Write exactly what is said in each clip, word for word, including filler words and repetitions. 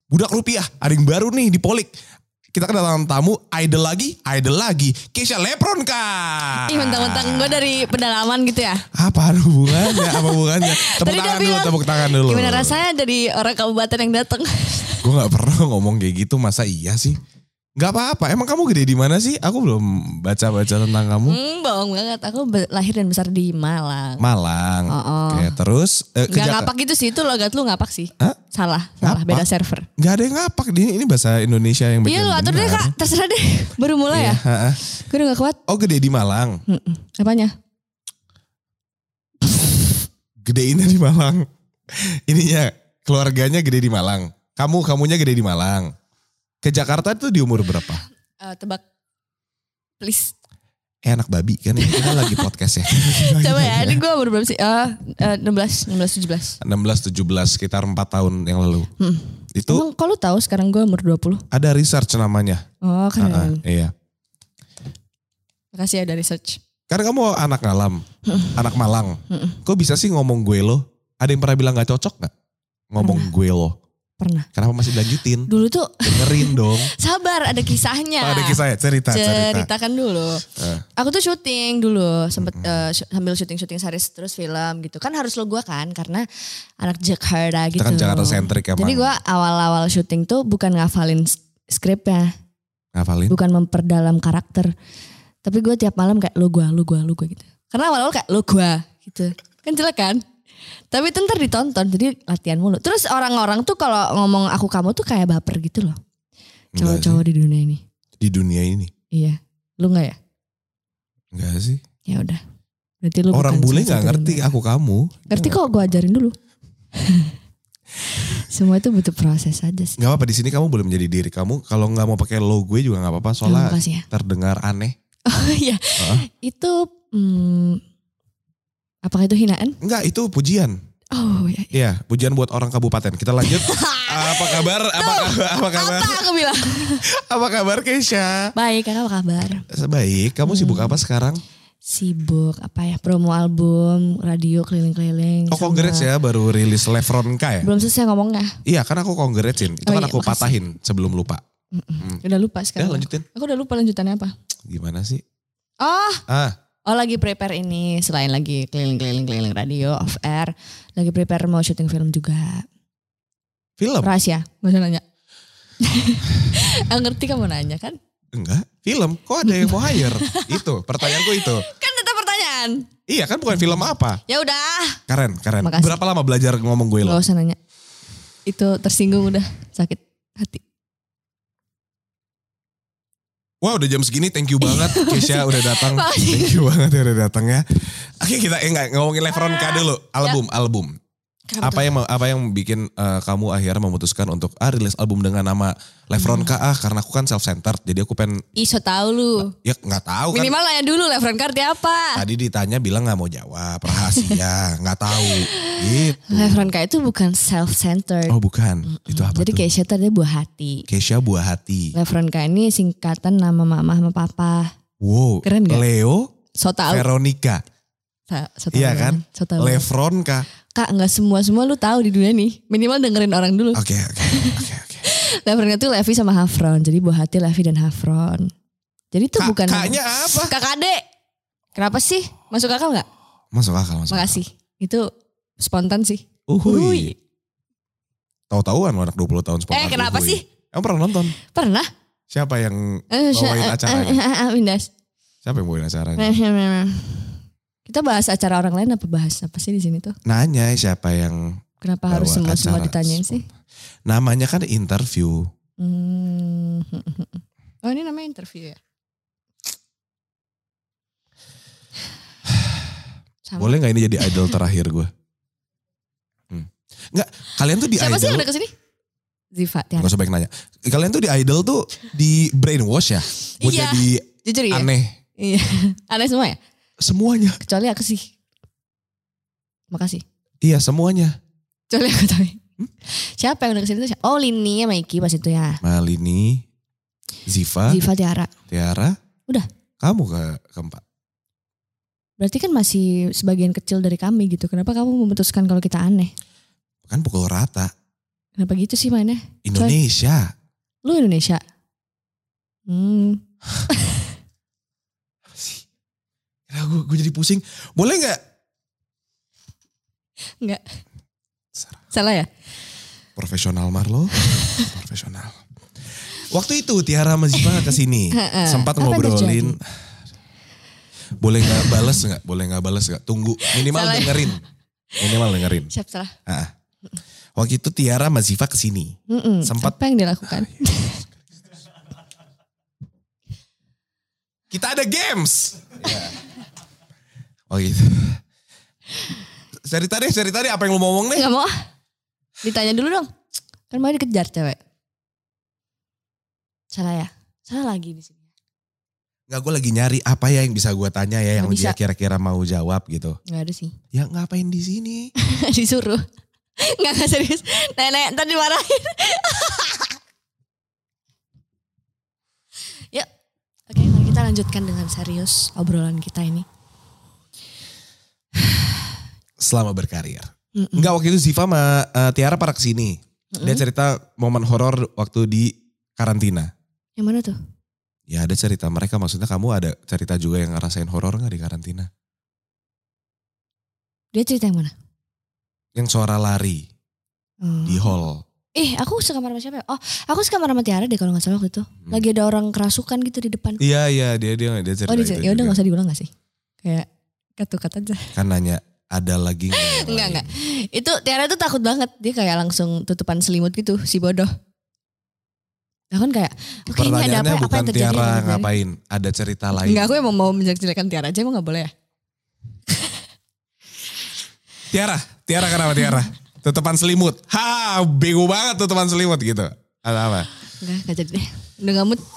Budak rupiah, ada yang baru nih di Polik. Kita kedatangan tamu, idol lagi, idol lagi. Kesha Lepron kah? Ih mentang-mentang gue dari pedalaman gitu ya. Apa hubungannya? Apa hubungannya? Tepuk Tadi tangan dia dulu, bilang, tepuk tangan dulu. Gimana rasanya dari orang kabupaten yang datang? Gue gak pernah ngomong kayak gitu, masa iya sih? Gak apa-apa, emang kamu gede di mana sih? Aku belum baca-baca tentang kamu. Hmm, bohong banget, aku be- lahir dan besar di Malang. Malang. Oh, oh. Oke, terus eh, ke Gak Jak- ngapak gitu sih, itu logat lu ngapak sih. Hah? Salah, salah, Ngapak? beda server. Gak ada yang ngapak, ini, ini bahasa Indonesia yang Iya lu atur deh kak, terserah deh. Baru mulai Iya, ya? ha-ha. Gue udah gak kuat. Oh gede di Malang. Mm-mm. Apanya? Gedeinnya di Malang. Ininya keluarganya gede di Malang. Kamu kamunya gede di Malang. Ke Jakarta itu di umur berapa? Uh, tebak. Please. Eh anak babi kan ini kita lagi podcast ya. Coba ya, ini gue umur berapa sih? Uh, uh, enam belas, enam belas, tujuh belas. enam belas tujuh belas sekitar empat tahun yang lalu. Hmm. Itu Emang kalau lu tahu sekarang gue umur dua puluh? ada research namanya. Oh keren. Ah, ah, iya. Makasih ya dari research. Karena kamu anak ngalam, anak Malang. Kok bisa sih ngomong gue lo? Ada yang pernah bilang gak cocok gak? Ngomong gue lo. Pernah. Kenapa masih dilanjutin? Dulu tuh Dengerin dong. sabar ada kisahnya. Oh, ada kisah ya? Cerita, cerita. Ceritakan dulu. Uh. Aku tuh syuting dulu, sempet uh, sambil syuting-syuting series terus film gitu. Kan harus lo gue kan karena anak Jakarta gitu. Kita kan Jakarta sentrik emang. Jadi gue awal-awal syuting tuh bukan ngafalin skripnya. Ngafalin? Bukan memperdalam karakter. Tapi gue tiap malam kayak lo gue, lo gue, lo gue gitu. Karena awal-awal kayak lo gue gitu. Kan jelek kan? Tapi itu ntar ditonton, jadi latihan mulu. Terus orang-orang tuh kalau ngomong aku kamu tuh kayak baper gitu loh. Cowok-cowok di dunia ini. Di dunia ini? Iya. Lu gak ya? Enggak sih. Ya udah. Berarti lu orang bukan bule salah gak satu ngerti dunia. aku kamu. Ngerti kok, gue ajarin dulu. Semua itu butuh proses aja sih. Gak apa-apa, di sini kamu boleh menjadi diri kamu. Kalau gak mau pakai lo gue juga gak apa-apa. Soalnya ya. terdengar aneh. Oh iya. Uh-huh. Itu... Hmm, apakah itu hinaan? Enggak, itu pujian. Oh iya. Iya, pujian buat orang kabupaten. Kita lanjut. apa kabar? Apa, apa kabar? Apa aku bilang? apa kabar Kesha? Baik, kakak apa kabar? Baik, kamu Hmm. sibuk apa sekarang? Sibuk apa ya, promo album, radio keliling-keliling. Oh sama- congrats ya, baru rilis Lefron K ya? Belum selesai ngomongnya. Iya, kan aku congratsin. Itu Oh kan iya, aku makasih. patahin sebelum lupa. Hmm. Udah lupa sekarang. Ya lanjutin. Aku udah lupa lanjutannya apa. Gimana sih? Oh, Ah, oh lagi prepare ini. Selain lagi keliling-keliling-keliling radio, off air. Lagi prepare mau syuting film juga. film? Rahasia, gak usah nanya. Aku ngerti kamu nanya kan? Enggak, film. Kok ada yang mau hire? Itu, pertanyaanku itu. Kan tetap pertanyaan. Iya kan bukan film apa? Ya udah. Keren, keren. Makasih. Berapa lama belajar ngomong gue lo? Gak usah nanya. Itu tersinggung udah sakit hati. Wah udah jam segini, thank you banget Kesha udah datang. Makasih. Thank you banget ya udah datang ya. Oke kita eh, enggak, ngomongin Lefron K dulu. Album, album. Kenapa Apa tuh? yang apa yang bikin eh, kamu akhirnya memutuskan untuk ah rilis album dengan nama Lefron K ah karena aku kan self centered jadi aku pengen Ih so tau lu. ya nggak tahu kan. Minimal nanya dulu Lefron Kardi apa. Tadi ditanya bilang nggak mau jawab rahasia nggak tahu gitu. Lefron K itu bukan self-centered. Oh bukan itu apa Jadi tuh? Kesha tuh ada buah hati. Kesha buah hati. Lefron K ini singkatan nama mama sama papa. Wow. Keren nggak? Leo So tau. Veronica. Sa- so tau Iya banget. kan? So tau. Lefron K. Kak nggak semua-semua lu tahu di dunia nih. Minimal dengerin orang dulu. Oke oke oke oke. Lefron K itu Levi sama Hafron. Jadi buah hati Levi dan Hafron. Jadi itu Ka- bukan. Kaknya apa? Kakak adek. Kenapa sih? Masuk akal nggak? Masuk akal masuk. Makasih. Itu spontan sih. Uhuy. Tahu-tahuan anak dua puluh tahun spontan. Eh kenapa uhuy. sih? Emang pernah nonton? Pernah? Siapa yang Eh, bawain eh, acaranya? eh, eh, eh, Windas. Siapa yang bawain acaranya? Kita bahas acara orang lain apa bahas apa sih di sini tuh? Nanya siapa yang Kenapa bawa harus semua-semua acara. ditanyain sih? Namanya kan interview. Hmm. Oh ini namanya interview ya? Sama. Boleh gak ini jadi idol terakhir gue? Hmm. Nggak, kalian tuh di Siapa sih yang idol. udah kesini? Ziva, Tiara. Gak usah banyak nanya. Kalian tuh di idol tuh di brainwash ya? Buat Iya. jadi Jujur ya? aneh. Iya. Aneh semua ya? Semuanya. Kecuali aku sih. Makasih. Iya semuanya. Kecuali aku tapi. Siapa yang udah kesini tuh? siapa? Oh Lini sama Iki pas itu ya. Malini, Ziva, Ziva, Tiara. Tiara. Udah. Kamu ke keempat. Berarti kan masih sebagian kecil dari kami gitu. Kenapa kamu memutuskan kalau kita aneh? Kan pukul rata. Kenapa gitu sih mainnya? Indonesia. Coy. Lu Indonesia? Hmm. Apa sih? Ya, gue, gue jadi pusing. Boleh gak? Enggak. Salah ya? Profesional Marlo. Profesional. Waktu itu Tiara sama Ziva kesini. Sempat ngobrolin. Boleh gak bales gak? Boleh gak bales gak? Tunggu. Minimal salah dengerin. Ya? Minimal dengerin. Siap salah. Nah, waktu itu Tiara sama Ziva kesini. Sempat. Apa yang dilakukan? Kita ada games. Ya. Oh gitu. Cerita deh, cerita deh apa yang lu mau ngomong nih? Gak mau. Ditanya dulu dong. Kan mau dikejar cewek. Salah ya? Salah lagi di sini. Nggak, gue lagi nyari apa ya yang bisa gue tanya ya, yang dia kira-kira mau jawab gitu. Nggak ada sih. Ya ngapain di sini? Disuruh. Nggak, nggak serius. Nenek ntar dimarahin. Yuk. Oke, mari kita lanjutkan dengan serius obrolan kita ini. Selama berkarir. Mm-mm. Enggak, waktu itu Ziva sama uh, Tiara pada kesini. Mm-mm. Dia cerita momen horor waktu di karantina. Yang mana tuh? Ya ada cerita mereka, maksudnya kamu ada cerita juga yang ngerasain horor gak di karantina? Dia cerita yang mana? Yang suara lari hmm. di hall. Eh aku sekamar sama siapa ya? Oh aku sekamar sama Tiara deh kalau gak salah waktu itu. Hmm. Lagi ada orang kerasukan gitu di depan. Iya iya dia dia, dia cerita oh, itu. Ya udah gak usah diulang gak sih? Kayak ketukat aja. Kan nanya ada lagi gak? Enggak enggak. Itu Tiara tuh takut banget. Dia kayak langsung tutupan selimut gitu si bodoh. Nah kan kayak, oke ini ada apa, bukan apa yang terjadi. Tiara ngapain, ada cerita lain. Enggak, aku emang mau menjelek-jelekan Tiara aja, emang gak boleh ya? Tiara, Tiara kenapa Tiara? Tutupan selimut, ha bego banget tutupan selimut gitu. Ada apa? Enggak, gak jadi deh, udah gak mood.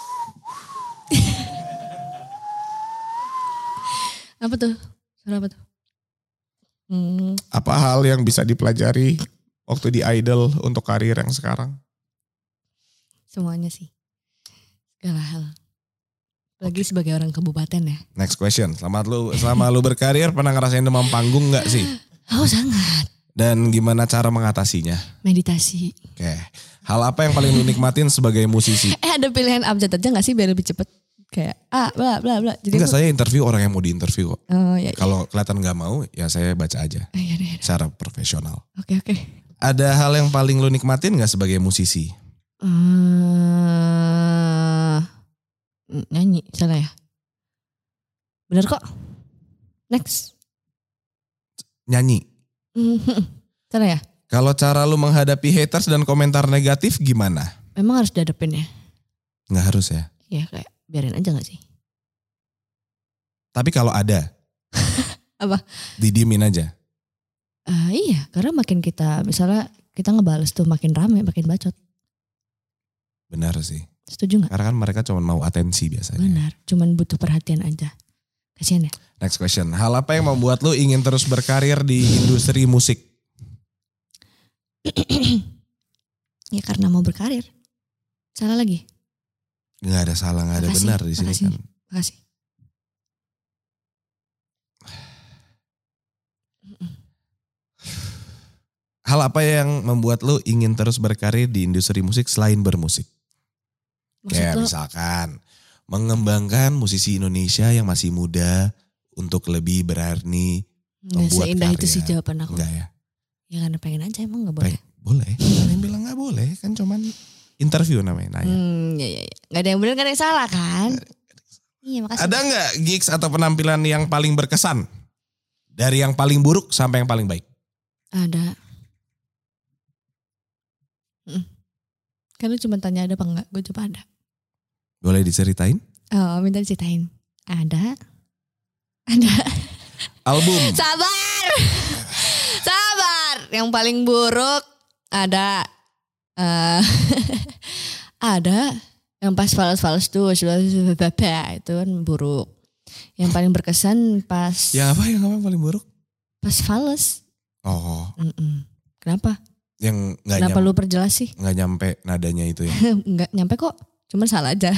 Apa tuh? Suara apa tuh? Hmm. Apa hal yang bisa dipelajari waktu di Idol untuk karir yang sekarang? Semuanya sih. Segala hal. Lagi okay. Sebagai orang kabupaten ya. Next question. Selamat lu, selama lu berkarir pernah ngerasain demam panggung gak sih? Oh sangat. Dan gimana cara mengatasinya? Meditasi. Oke. Okay. Hal apa yang paling lu nikmatin sebagai musisi? Eh ada pilihan abjad aja gak sih biar lebih cepet? Kayak ah bla bla bla. Jadi enggak, aku... saya interview orang yang mau diinterview kok. Oh iya. iya. Kalau kelihatan gak mau ya saya baca aja. Oh, iya, iya, iya. Secara profesional. Oke okay, oke. Okay. Ada hal yang paling lu nikmatin gak sebagai musisi? Uh, nyanyi, salah ya? Bener kok. Next. Nyanyi. Salah ya? Kalau cara lu menghadapi haters dan komentar negatif gimana? Memang harus dihadapin ya? Nggak harus ya? Ya kayak biarin aja gak sih? Tapi kalau ada. Apa? Didiemin aja. Uh, iya, karena makin kita, misalnya kita ngebales tuh makin rame, makin bacot. Benar sih. Setuju gak? Karena kan mereka cuma mau atensi biasanya. Benar, cuman butuh perhatian aja. Kasian ya. Next question. Hal apa yang membuat lu ingin terus berkarir di industri musik? Ya karena mau berkarir. Salah lagi? Gak ada salah, gak ada makasih, benar di sini makasih, kan. Makasih. Hal apa yang membuat lu ingin terus berkarir di industri musik selain bermusik? Maksud kayak lo? Misalkan mengembangkan musisi Indonesia yang masih muda untuk lebih berani nggak membuat karya. Seindah itu sih jawaban aku. Enggak ya? Ya karena pengen aja, emang gak boleh? Pengen, boleh, ada yang bilang gak boleh, kan cuman interview namanya nanya. Hmm, ya, ya, ya. Gak ada yang benar, gak ada yang salah kan? Iya, makasih. Ada gak gigs atau penampilan yang paling berkesan? Dari yang paling buruk sampai yang paling baik? Ada. Hmm. Kan lu cuma tanya ada apa enggak, gue coba ada. Boleh diceritain? Oh minta diceritain. Ada. Ada. Album. Sabar. Sabar. Yang paling buruk ada. Uh, ada. Yang pas fals-fals tuh. Itu kan buruk. Yang paling berkesan pas. Ya apa yang apa paling buruk? Pas fals. Oh. Mm-mm. Kenapa? Yang nggak Kenapa nyam, lu perjelas sih? Nggak nyampe nadanya itu ya? Nggak nyampe kok, cuman salah aja.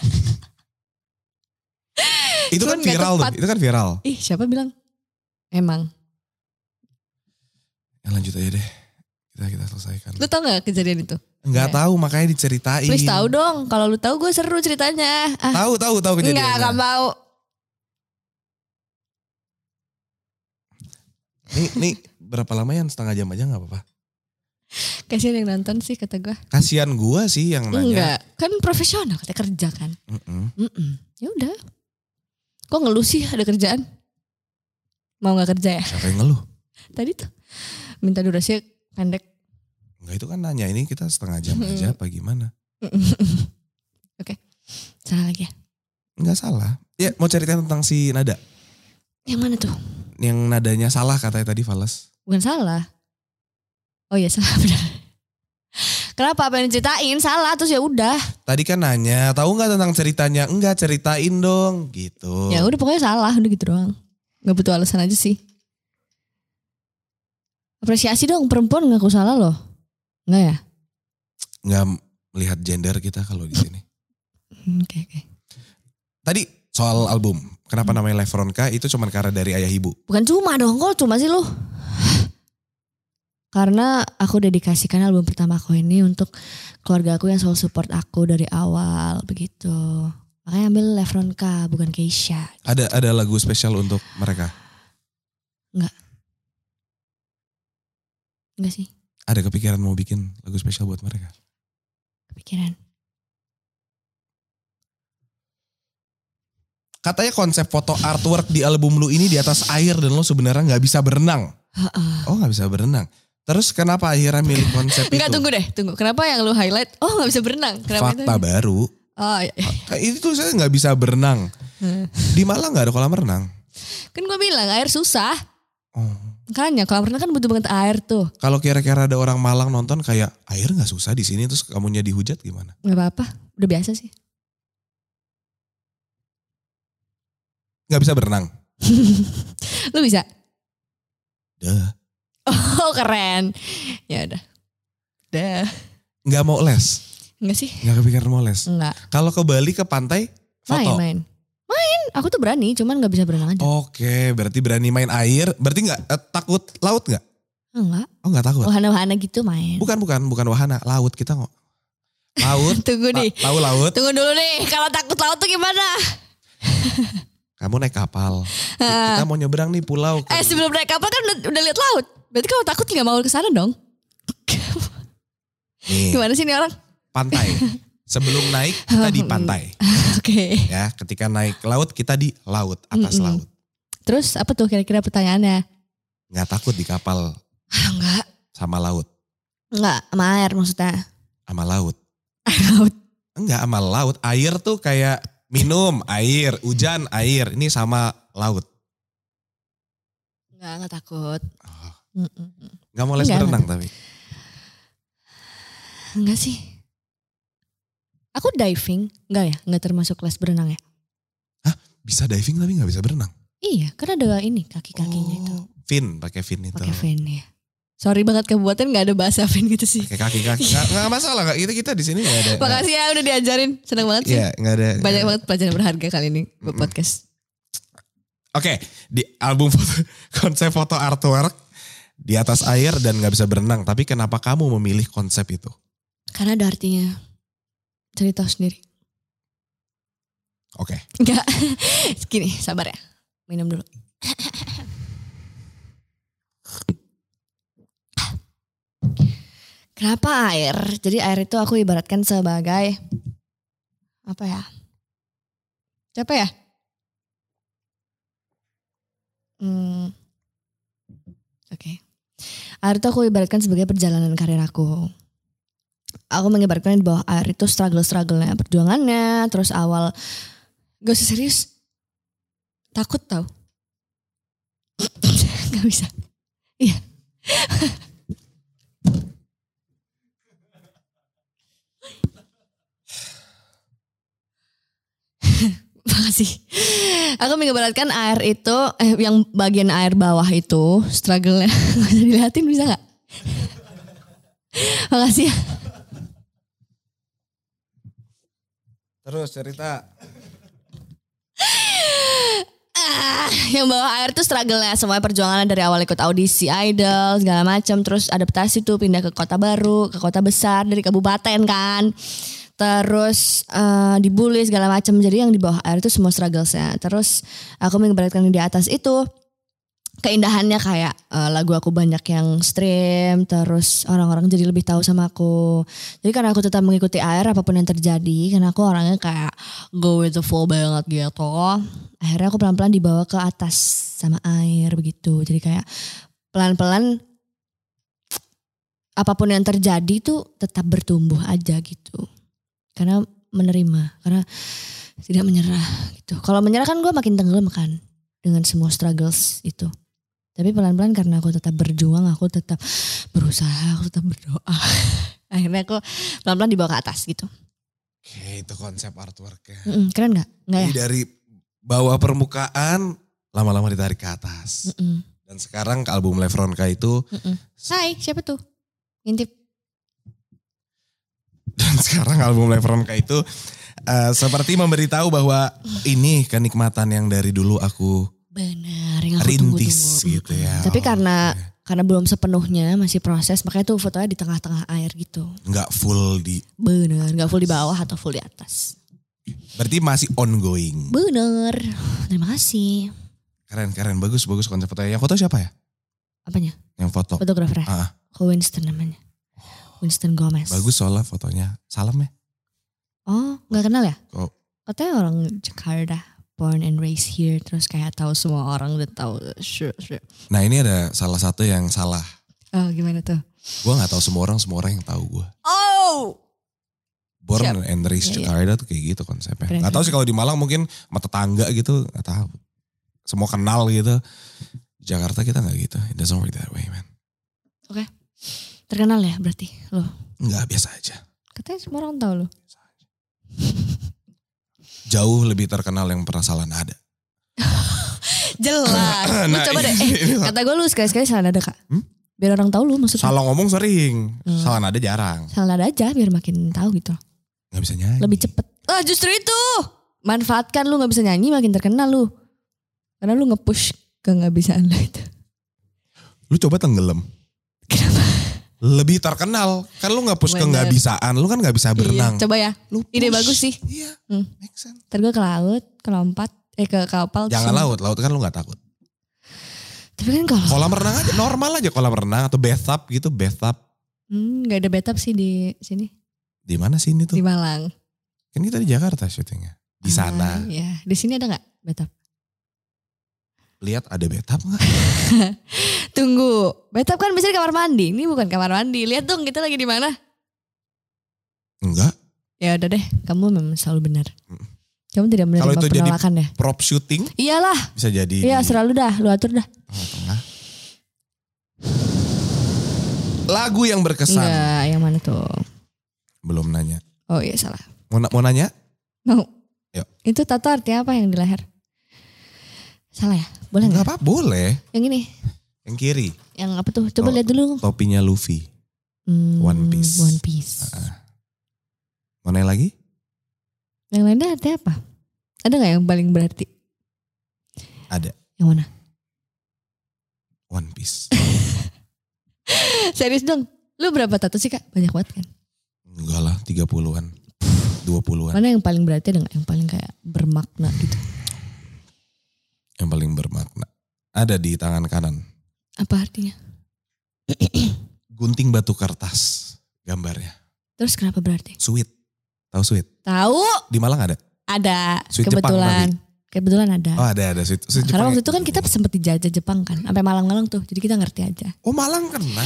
Itu kan viral tuh, itu kan viral. Ih siapa bilang? Emang. Ya lanjut aja deh. Kita kita kita selesaikan. Lu tau gak kejadian itu? Enggak tahu makanya diceritain. Please tahu dong. Kalau lu tahu gue seru ceritanya. Ah. Tahu tahu tahu kejadiannya. Enggak, enggak mau. Nih nih berapa lama ya? Setengah jam aja nggak apa-apa. Kasian yang nonton sih kata gue. Kasian gue sih yang nanya. Enggak, kan profesional kata kerja kan. Mm-mm. Mm-mm. Ya udah. Kok ngeluh sih ada kerjaan? Mau nggak kerja ya? Siapa yang ngeluh? Tadi tuh minta durasi pendek. Enggak itu kan nanya ini kita setengah jam aja apa gimana? Oke, salah lagi ya? Enggak salah. Ya mau ceritain tentang si nada. Yang mana tuh? Yang nadanya salah katanya tadi Fales. Bukan salah. Oh iya salah benar. Kenapa apa yang diceritain salah terus ya udah. Tadi kan nanya tahu nggak tentang ceritanya? Enggak ceritain dong gitu. Ya udah pokoknya salah udah gitu doang. Gak butuh alasan aja sih. Apresiasi dong perempuan ngaku salah loh. Enggak ya? Nggak melihat gender kita kalau di sini. Oke oke. Tadi soal album. Kenapa namanya Levronka itu cuma karena dari ayah ibu? Bukan cuma dong, kok cuma sih lu. Karena aku dedikasikan album pertama aku ini untuk keluarga aku yang selalu support aku dari awal begitu. Makanya ambil Levronka bukan Keisha. Ada ada lagu spesial untuk mereka? Enggak. Enggak sih. Ada kepikiran mau bikin lagu spesial buat mereka? Kepikiran. Katanya konsep foto artwork di album lu ini di atas air dan lu sebenarnya nggak bisa berenang. Uh-uh. Oh nggak bisa berenang. Terus kenapa akhirnya milih konsep itu? Enggak tunggu deh, tunggu. Kenapa yang lu highlight? Oh nggak bisa berenang. Kenapa Fakta itu? baru. Oh iya. Itu tuh saya nggak bisa berenang. Di Malang nggak ada kolam renang. Kan gue bilang air susah. Oh. Makanya kolam renang kan butuh banget air tuh. Kalau kira-kira ada orang Malang nonton kayak air nggak susah di sini terus kamunya dihujat gimana? Gak apa-apa, udah biasa sih. Nggak bisa berenang. Lu bisa? Dah. Oh keren. Ya udah. Dah. Nggak mau les. Enggak sih? Nggak kepikiran mau les. Enggak. Kalau ke Bali ke pantai foto. Main, main. Main. Aku tuh berani, cuman nggak bisa berenang aja. Oke, berarti berani main air. Berarti nggak eh, takut laut nggak? Enggak. Oh nggak takut. Wahana-wahana gitu main. Bukan bukan bukan wahana, laut kita nggak. Laut. Tunggu nih. Tahu laut. Tunggu dulu nih. Kalau takut laut tuh gimana? Kamu naik kapal. Kita mau nyebrang nih pulau. Eh sebelum naik kapal kan udah, udah lihat laut. Berarti kalau takut nggak mau ke sana dong. Nih, Gimana sih ini orang? pantai. Sebelum naik kita di pantai. Oke. Ya, ketika naik ke laut kita di laut, atas Mm-mm. laut. Terus apa tuh kira-kira pertanyaannya? Nggak takut di kapal Ah, enggak. sama laut. Enggak, sama air maksudnya. Sama laut. Laut. Enggak sama laut. Air tuh kayak minum, air, hujan, air. Ini sama laut. Enggak, enggak takut. Oh. Mm-mm. Nggak mau les Enggak, berenang tapi. Enggak sih. Aku diving. Enggak ya? Enggak termasuk les berenang ya? Hah? Bisa diving tapi nggak bisa berenang? Iya, kan ada ini kaki-kakinya itu. Oh, fin, pakai fin itu. Pakai fin ya. Sorry banget kabupaten nggak ada bahasa fin gitu sih. Pakai kaki-kaki. Nggak, nggak masalah. Nggak, kita, kita di sini nggak ada. Makasih ya udah diajarin. Senang banget sih. Iya, nggak ada. Banyak banget pelajaran berharga kali ini buat Mm-mm. podcast. Oke, di album foto, konsep foto artwork di atas air dan nggak bisa berenang. Tapi kenapa kamu memilih konsep itu? Karena ada artinya. Cerita sendiri. Oke. Enggak. Gini, sabar ya. Minum dulu. Kenapa air? Jadi air itu aku ibaratkan sebagai apa ya? Siapa ya? Hmm. Oke. Air itu aku ibaratkan sebagai perjalanan karir aku. Aku mengibaratkan di bawah air itu struggle-strugglenya, perjuangannya, terus awal gak usah serius. Takut tau. Gak bisa. Iya. Makasih. Aku mengibaratkan air itu, eh yang bagian air bawah itu, struggle-nya. Gak usah dilihatin bisa gak? Makasih ya. Terus cerita. Ah, yang bawah air tuh struggle-nya semua perjuangan dari awal ikut audisi idol segala macam, terus adaptasi tuh pindah ke kota baru, ke kota besar dari kabupaten kan. Terus uh, dibully segala macam. Jadi yang di bawah air itu semua struggles-nya. Terus aku mengibaratkan di atas itu keindahannya kayak uh, lagu aku banyak yang stream, terus orang-orang jadi lebih tahu sama aku. Jadi karena aku tetap mengikuti air apapun yang terjadi, karena aku orangnya kayak go with the flow banget gitu. Akhirnya aku pelan-pelan dibawa ke atas sama air begitu. Jadi kayak pelan-pelan apapun yang terjadi tuh tetap bertumbuh aja gitu. Karena menerima, karena tidak menyerah gitu. Kalau menyerah kan gue makin tenggelam kan dengan semua struggles itu. Tapi pelan-pelan karena aku tetap berjuang, aku tetap berusaha, aku tetap berdoa. Akhirnya aku pelan-pelan dibawa ke atas gitu. Oke, itu konsep artworknya. Mm-mm, keren gak? Enggak ya? Jadi dari bawah permukaan, lama-lama ditarik ke atas. Mm-mm. Dan sekarang ke album Lefronka itu. Mm-mm. Hai, siapa tuh? Ngintip. Dan sekarang album Lefronka itu uh, seperti memberitahu bahwa ini kenikmatan yang dari dulu aku benar, yang aku rintis tunggu-tunggu. gitu ya. Tapi oh, karena okay. karena belum sepenuhnya masih proses, makanya tuh fotonya di tengah-tengah air gitu. Nggak full di. Bener, nggak full di bawah atau full di atas. Berarti masih ongoing. Bener, terima kasih. Keren keren, bagus bagus konsep fotonya. Yang foto siapa ya? Apanya? Yang foto. Fotografer. Ah. Ko Winston namanya. Winston Gomez. Bagus soalnya fotonya. Salam ya. Oh, nggak kenal ya? Oh. Katanya orang Jakarta. Born and raised here, terus kayak tahu semua orang dan tahu sure, sure. Nah ini ada salah satu yang salah. Oh gimana tuh? Gue nggak tahu semua orang, semua orang yang tahu gue. Oh. Born Siap. and raised Ya, Jakarta ya. tuh kayak gitu konsepnya. Keren, Gak tahu keren. sih kalau di Malang mungkin sama tetangga gitu, nggak tahu. Semua kenal gitu. Jakarta kita nggak gitu. It doesn't work that way, man. Oke, okay. Terkenal ya berarti lo? Nggak, biasa aja. Katanya semua orang tahu lo. Jauh lebih terkenal yang pernah salah nada. Jelas. Lu Nah, coba deh. ini- Eh, ini- kata gue lu sekali-sekali salah nada kak. Hmm? Biar orang tahu lu maksudnya. Salah ngomong sering, Hmm. salah nada jarang. Salah nada aja biar makin tahu gitu. Nggak bisa nyanyi. Lebih cepet. Ah justru itu. Manfaatkan lu gak bisa nyanyi makin terkenal lu. Karena lu nge-push ke gak bisaan lu itu. Lu coba tenggelam. Kenapa? Lebih terkenal. Kan lu nggak push ke Bener. nggak bisaan. Lu kan nggak bisa berenang. Iya, coba ya. Lu Ide push. bagus sih. Iya, Hmm. make sense. Ntar gue ke laut, ke lompat, eh ke kapal. Jangan terus- laut, laut kan lu nggak takut. Tapi kan kalau Kolam renang aja, normal aja kolam renang atau bathtub gitu, bathtub. hmm, gak ada bathtub sih di sini. Di mana sih ini tuh? Di Malang. Kan kita di Jakarta syutingnya. Di sana. Ah, ya. Di sini ada gak bathtub? Lihat ada bathtub nggak? Tunggu. Bathtub kan bisa di kamar mandi. Ini bukan kamar mandi. Lihat dong kita lagi di mana. Enggak. Ya udah deh. Kamu memang selalu benar. Mm. Kamu tidak Kalau menerima itu jadi penolakan ya? prop shooting Iyalah. bisa jadi Iya di selalu dah. Lu atur dah. tengah-tengah. Lagu yang berkesan. Enggak. Yang mana tuh? Belum nanya. Oh iya salah. Mau, na- mau nanya? Mau. Yuk. Itu tato artinya apa yang di leher? Salah ya? Boleh Enggak gak? apa, boleh. Yang ini. Yang kiri. Yang apa tuh? Coba Oh. lihat dulu. Topinya Luffy. Hmm, One Piece. One Piece. Ah. Mau nanya lagi? Yang lainnya artinya apa? Ada gak yang paling berarti? Ada. Yang mana? One Piece. Serius dong. Lu berapa tato sih kak? Banyak banget kan? Enggak lah, tiga puluhan. dua puluhan. Mana yang paling berarti ada gak? Yang paling kayak bermakna gitu? Yang paling bermakna. Ada di tangan kanan. Apa artinya? Gunting batu kertas gambarnya. Terus kenapa berarti? Sweet. Tahu sweet? Tahu? Di Malang ada? Ada. Sweet Jepang kebetulan. Kebetulan ada. Oh ada, ada sweet. sweet Karena Jepang. waktu itu kan kita sempat dijajah Jepang kan. Sampai Malang-Malang tuh. Jadi kita ngerti aja. Oh Malang kena.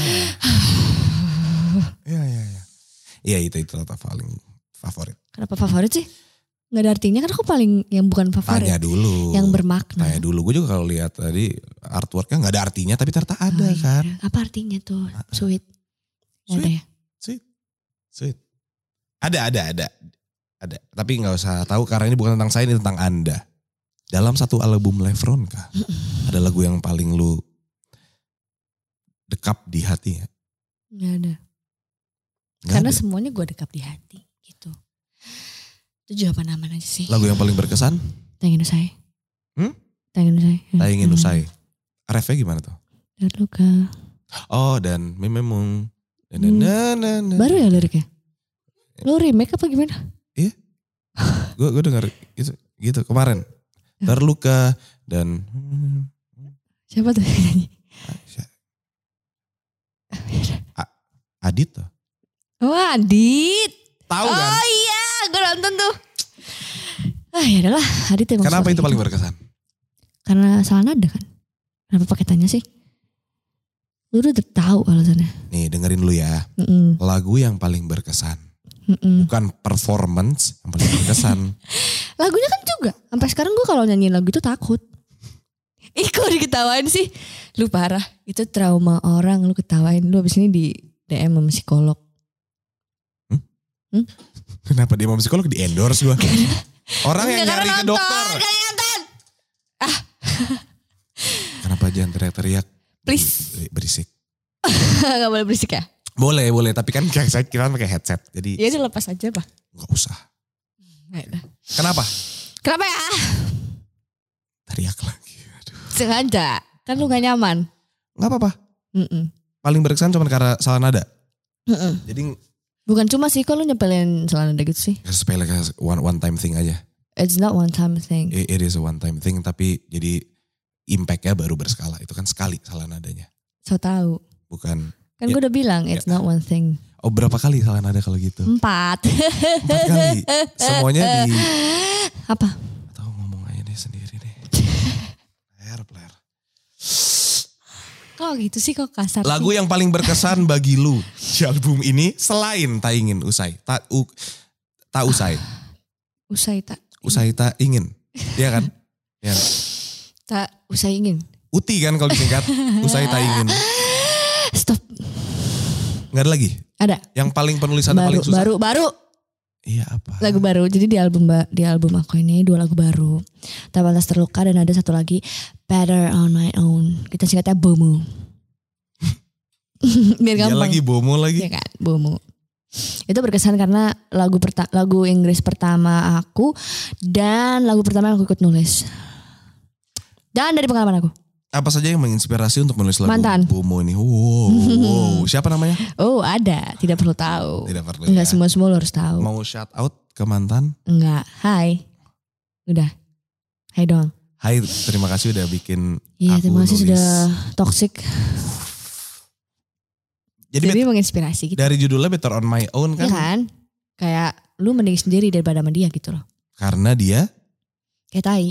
Iya, iya, iya. Iya itu, itu rata paling favorit. Kenapa favorit sih? Gak ada artinya kan aku paling yang bukan favorit. Tanya dulu. Yang bermakna. Tanya dulu. Gue juga kalau lihat tadi artworknya gak ada artinya tapi ternyata ada Oh, iya. kan. Apa artinya tuh? Sweet. Gak ada Sweet. ya? Sweet. Sweet. Ada, ada, ada. Ada. Tapi gak usah tahu karena ini bukan tentang saya, ini tentang Anda. Dalam satu album Lefronka, ada lagu yang paling lu dekap di hati ya? Gak ada. Gak Karena ada. semuanya gue dekap di hati gitu. Itu jawaban aman aja sih. Lagu yang paling berkesan? Tengin saya. Hmm? Tak ingin usai. Tak ingin usai. Refnya gimana tuh? Terluka. Oh dan memang. Hmm. Baru ya liriknya? Lo remake apa gimana? Iya. Gue gue dengar gitu, gitu kemarin. Terluka dan. Siapa tuh nyanyi? Adit tuh. Oh Adit. Tahu kan? Oh iya, gue nonton tuh. Ah ya adalah Adit emang. Kenapa itu gitu. paling berkesan? Karena salah nada kan. Kenapa pakai tanya sih? Lu udah tahu alasannya. Nih dengerin dulu ya. Mm-mm. Lagu yang paling berkesan. Mm-mm. Bukan performance yang paling berkesan. Lagunya kan juga. Sampai sekarang gue kalau nyanyiin lagu itu takut. Ih kok diketawain sih? Lu parah. Itu trauma orang lu ketawain. Lu abis ini di D M sama psikolog. Hmm? Hmm? Kenapa dia sama psikolog di endorse gue? Orang yang nyari ke dokter. Ah. Kenapa jangan teriak-teriak? Please. Berisik. Gak boleh berisik ya? Boleh, boleh. Tapi kan saya kira pakai headset. Jadi ya udah lepas aja pak. Gak usah. Kenapa? Kenapa ya? Teriak lagi. Aduh. Sengaja. Kan lu gak nyaman. Gak apa-apa. Mm-mm. Paling berkesan cuma karena salah nada. Mm-mm. Jadi. Bukan cuma sih, kok lu nyepelin salah nada gitu sih? Sepele kayak one, one time thing aja. It's not one time thing. It, it is a one time thing. Tapi jadi impactnya baru berskala. Itu kan sekali salah nadanya. So tahu. Bukan. Kan ya, gue udah bilang it's ya. Not one thing. Oh berapa kali salah nada kalau gitu? Empat. Empat kali. Semuanya di. Apa? Tahu ngomong aja deh sendiri deh. Player, player. Kok gitu sih, kok kasar. Lagu sih? Yang paling berkesan bagi lu di album ini selain Tak Ingin Usai. Tak, u, tak usai. Usai tak. Usai tak ingin. Iya kan? Ya. Tak usai ingin. Uti kan kalau disingkat. Usai tak ingin. Stop. Gak ada lagi? Ada. Yang paling penulisannya baru, paling susah? Baru, baru. Iya apa? Lagu baru. Jadi di album di album aku ini dua lagu baru. Tak Pantas Terluka dan ada satu lagi Better on My Own. Kita singkatnya BOMO. Biar gampang. Dia lagi BOMO lagi. Iya kan, BOMO. Itu berkesan karena lagu perta- lagu Inggris pertama aku dan lagu pertama yang aku ikut nulis. Dan dari pengalaman aku. Apa saja yang menginspirasi untuk menulis lagu Mantan. BOMO ini? Wow, wow. Siapa namanya? Oh ada, tidak perlu tahu. Tidak perlu. Enggak ya. semua-semua lo harus tahu. Mau shout out ke mantan? Enggak, hai. Udah, hai doang. Hai, terima kasih udah bikin Iya, aku terima kasih nulis. sudah toxic. Jadi, Jadi bet- menginspirasi gitu. dari judulnya Better on My Own kan? Iya kan? Kayak lu mending sendiri daripada sama dia gitu loh. Karena dia? Kayak tai.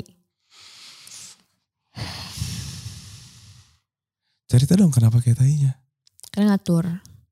Cerita dong kenapa kayak tainya? Karena ngatur.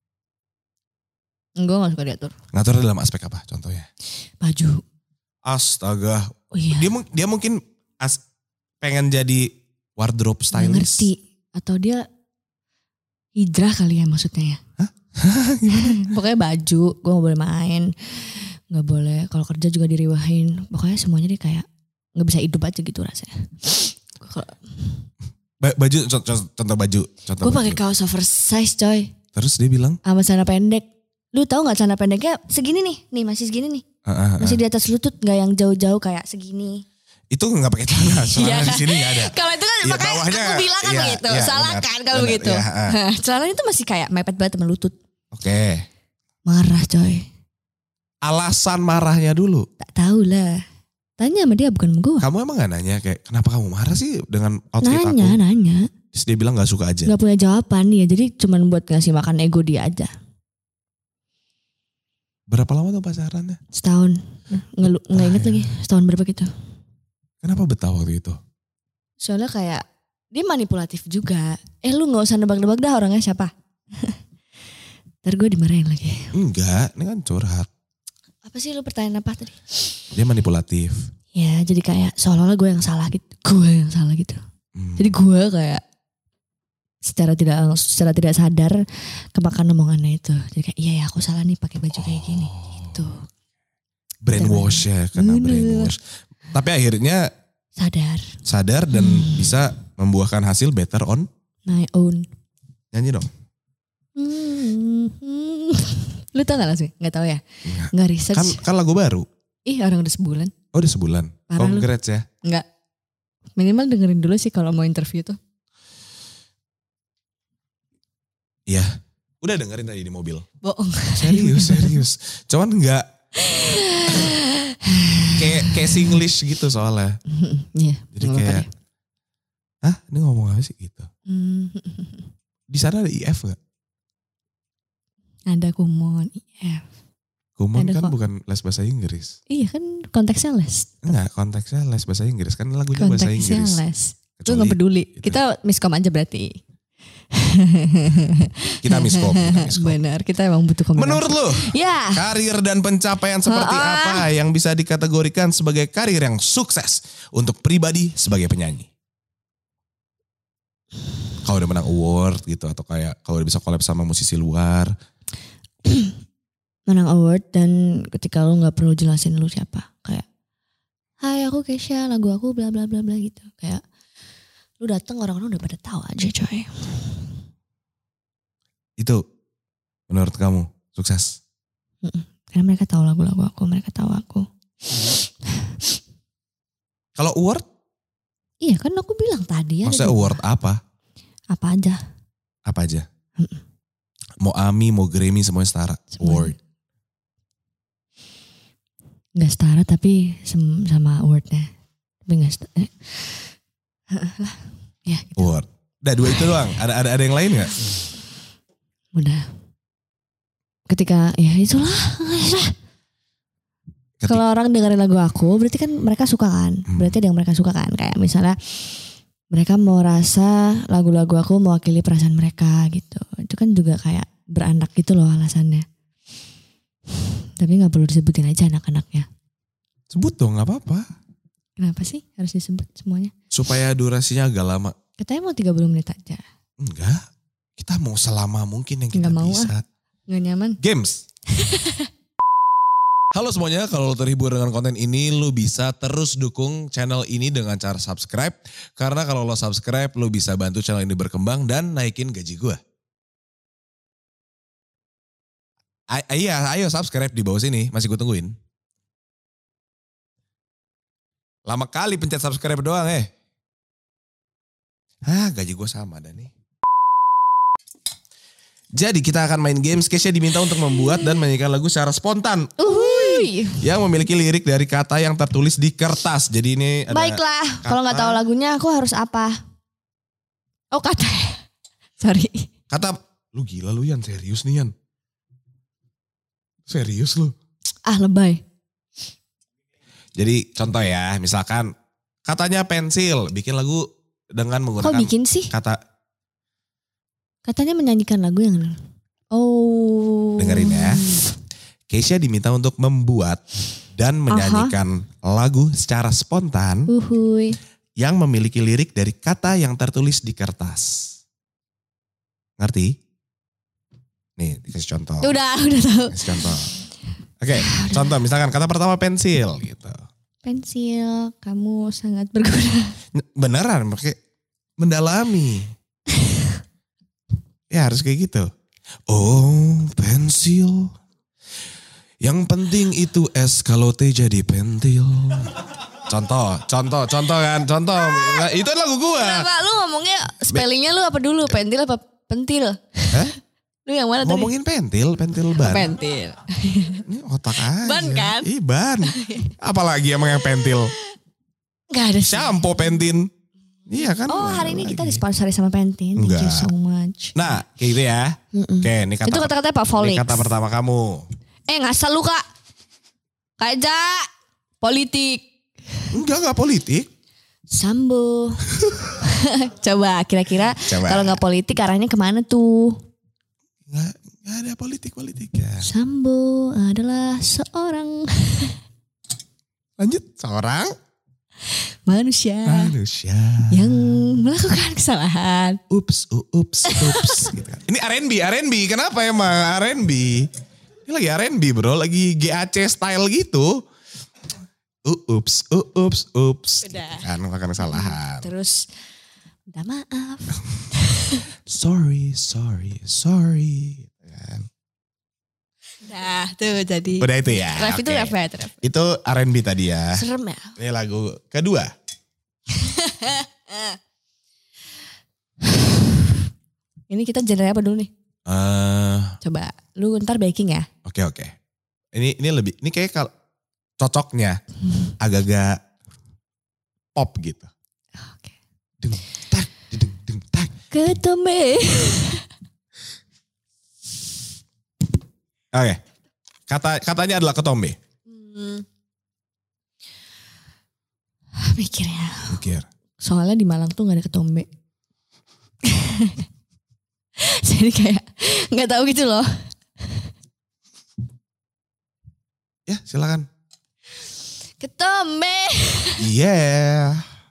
Gue gak suka diatur. Ngatur dalam aspek apa contohnya? Baju. Astaga. Oh iya. Dia, dia mungkin as, pengen jadi wardrobe Gak stylist. ngerti. Atau dia hijrah kali ya maksudnya ya. Hah? Pokoknya baju. Gue gak boleh main. Gak boleh. Kalau kerja juga diriwahin. Pokoknya semuanya dia kayak gak bisa hidup aja gitu rasanya. Kalo, Ba- baju, contoh, contoh baju. Contoh gue baju. pakai kaos oversize coy. Terus dia bilang? Sama celana pendek. Lu tahu gak celana pendeknya segini nih. Nih masih segini nih. Uh, uh, uh. Masih di atas lutut, nggak yang jauh-jauh kayak segini. Itu nggak pakai celana, celana di sini nggak ada. Kalau itu kan ya, makanya bawahnya, aku bilang kan iya, begitu, iya, salah benar, kan kalau benar, begitu. iya, uh. Celana itu masih kayak mepet banget sama lutut. Oke. Okay. Marah coy. Alasan marahnya dulu. Tak tahu lah. Tanya sama dia bukan sama gue. Kamu emang gak nanya kayak kenapa kamu marah sih dengan outfit nanya, aku? Nanya, nanya. Terus dia bilang gak suka aja. Gak punya jawaban ya, jadi cuman buat ngasih makan ego dia aja. Berapa lama tuh pacarannya? Setahun. Nggak, nggak inget lagi. Setahun berapa gitu. Kenapa betah waktu itu? Soalnya kayak dia manipulatif juga. Eh lu gak usah nebak-nebak dah orangnya siapa. Ntar gue dimarahin lagi. Enggak, ini kan curhat. Apa sih lu pertanyaan apa tadi? Dia manipulatif. Ya jadi kayak seolah-olah gue yang salah gitu. Gue yang salah gitu. Hmm. Jadi gue kayak secara tidak secara tidak sadar kemakan omongannya itu. Jadi kayak iya ya aku salah nih pakai baju kayak gini gitu. Brainwash ya, kena Bener. brainwash. Tapi akhirnya Sadar. sadar dan Hmm. bisa membuahkan hasil better on My own. nyanyi dong. Hmm. Hmm. Lu tau gak langsung? Gak tau ya? Enggak. Gak research. Kan kan lagu baru. Ih orang udah sebulan. Oh udah sebulan. Parah lu. Congrats ya. Enggak. Minimal dengerin dulu sih kalau mau interview tuh. Iya. Udah dengerin tadi di mobil. Bohong. Serius, serius. Cuman enggak. kayak kayak Singlish gitu soalnya. Iya. Jadi kayak, hah ini ngomong apa sih gitu. Di sana ada I F gak? Ada Kumon, I F. Kumon ada kan kok. bukan les bahasa Inggris. Iya kan konteksnya les. Enggak, konteksnya les bahasa Inggris. Kan lagunya bahasa Konteksnya Inggris. les. Lu Kecuali gak peduli. gitu. Kita miskom aja berarti. Kita miskom. Kita miskom. Benar, kita emang butuh komunikasi. Menurut lu, ya. karir dan pencapaian seperti Ah. apa yang bisa dikategorikan sebagai karir yang sukses untuk pribadi sebagai penyanyi? Kalau udah menang award gitu atau kayak kalau udah bisa collab sama musisi luar. Menang award dan ketika lu gak perlu jelasin lu siapa. Kayak, hai aku Kesha, lagu aku bla bla bla bla gitu. Kayak, lu dateng orang-orang udah pada tahu aja coy. Itu menurut kamu sukses? Mm-mm. Karena mereka tahu lagu-lagu aku, mereka tahu aku. Kalau award? Iya kan aku bilang tadi ya. Maksudnya award apa? Apa aja. Apa aja? Mm-mm. Mau AMI, mau Grammy semuanya setara. Semuanya. Award. Gak setara tapi sem- sama awardnya. Tapi gak setara. Eh. lah. Ya gitu. Award. Udah dua itu doang. Ada ada ada yang lain gak? Udah. Ketika ya itulah. Ketika- Kalau orang dengerin lagu aku berarti kan mereka suka kan. Hmm. Berarti ada yang mereka suka kan. Kayak misalnya mereka mau rasa lagu-lagu aku mewakili perasaan mereka gitu. Itu kan juga kayak beranak gitu loh alasannya. Tapi gak perlu disebutin aja anak-anaknya. Sebut dong gak apa-apa. Kenapa sih harus disebut semuanya? Supaya durasinya agak lama. Katanya mau tiga puluh menit aja. Enggak. Kita mau selama mungkin yang kita Nggak mau bisa. Gak nyaman. Games. Halo semuanya, kalau lo terhibur dengan konten ini, lo bisa terus dukung channel ini dengan cara subscribe. Karena kalau lo subscribe, lo bisa bantu channel ini berkembang dan naikin gaji gue. A- iya, ayo subscribe di bawah sini, masih gue tungguin. Lama kali pencet subscribe doang eh. Ah, gaji gue sama dah nih. Jadi kita akan main games. Kesha diminta untuk membuat dan menyanyikan lagu secara spontan. Uhuy. Yang memiliki lirik dari kata yang tertulis di kertas. Jadi ini ada Baiklah, kata- kalau gak tahu lagunya aku harus apa? Oh kata. Sorry. Kata, lu gila lu Yan, serius nih Yan. Serius lu. Ah lebay. Jadi contoh ya, misalkan katanya pensil. Bikin lagu dengan Kok menggunakan bikin sih? kata. Katanya menyanyikan lagu yang... Oh. Dengerin ya. Kesha diminta untuk membuat dan menyanyikan lagu secara spontan Uhuy. yang memiliki lirik dari kata yang tertulis di kertas. Ngerti? Nih, dikasih contoh. Udah, udah tahu. Kasih contoh. Oke, contoh misalkan kata pertama pensil gitu. Pensil, kamu sangat berguna. Beneran, pakai mendalami. Ya harus kayak gitu. Oh, pensil. Yang penting itu es kalau teh jadi pentil. Contoh, contoh, contoh kan, contoh. Nah, itu lagu gua. Kenapa lu ngomongnya spellingnya lu apa dulu? Pentil apa pentil? Hah? Lu yang mana tadi? Ngomongin pentil, pentil ban. Pentil. Ini otak aja. Ban kan? Ih, ban. Apalagi emang yang pentil. Gak ada sih. Shampoo Pentin. Iya kan? Oh Ada hari ini lagi. kita disponsori sama Pantene. Thank you Enggak. so much. Nah, kayak gitu ya. Mm-mm. Oke, ini kata. Itu kata-katanya Pak Volix. Ini kata pertama kamu. Eh ngasal lu kak. Kaja. Politik. Enggak, enggak politik. Sambo. Coba kira-kira Coba. kalau gak politik arahnya kemana tuh? Enggak, enggak ada politik-politik ya. Sambo adalah seorang Lanjut, seorang manusia manusia yang melakukan kesalahan. ups, uh, ups, ups. Gitu kan. Ini R and B, R and B. Kenapa emang R and B? Ini lagi R and B bro, lagi G A C style gitu. Uh, ups, uh, ups, ups. Gitu Udah. kan, melakukan kesalahan. Terus minta maaf. Sorry, sorry, sorry. Gitu kan. Nah tuh jadi. Udah itu ya. Ref itu oke. ref ya, ref. Itu R and B tadi ya. Serem ya. Ini lagu kedua. Ini kita genre apa dulu nih? Uh, Coba, lu ntar baking ya. Oke okay, oke. Okay. Ini ini lebih, ini kayak kalau cocoknya hmm. agak-agak pop gitu. Oke. Okay. Deng tak, deng deng tak. Ketombe. Oke. Okay. Kata katanya adalah ketombe. Hmm. Mikir ya. Mikir. Soalnya di Malang tuh gak ada ketombe. Jadi kayak gak tahu gitu loh. Ya silakan. Ketombe. Iya. Yeah.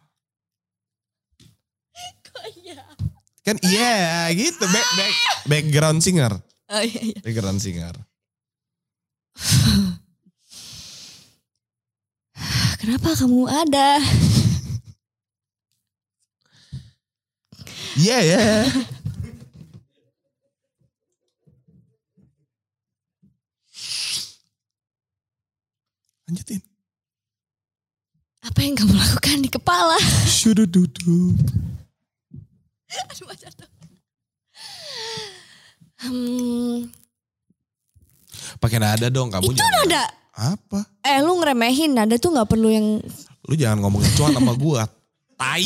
Kok iya? Kan iya yeah, gitu. Back, back, background singer. Oh iya iya. Background singer. Kenapa kamu ada? Iya yeah, ya. Yeah. Lanjutin. Apa yang kamu lakukan di kepala? Syudududu. Aduh jatuh. Hmm. Pakai nada dong kamu. Itu jangan. Nada. Apa? Eh lu ngeremehin, nada tuh gak perlu yang. Lu jangan ngomongin cuan sama gua. Tai.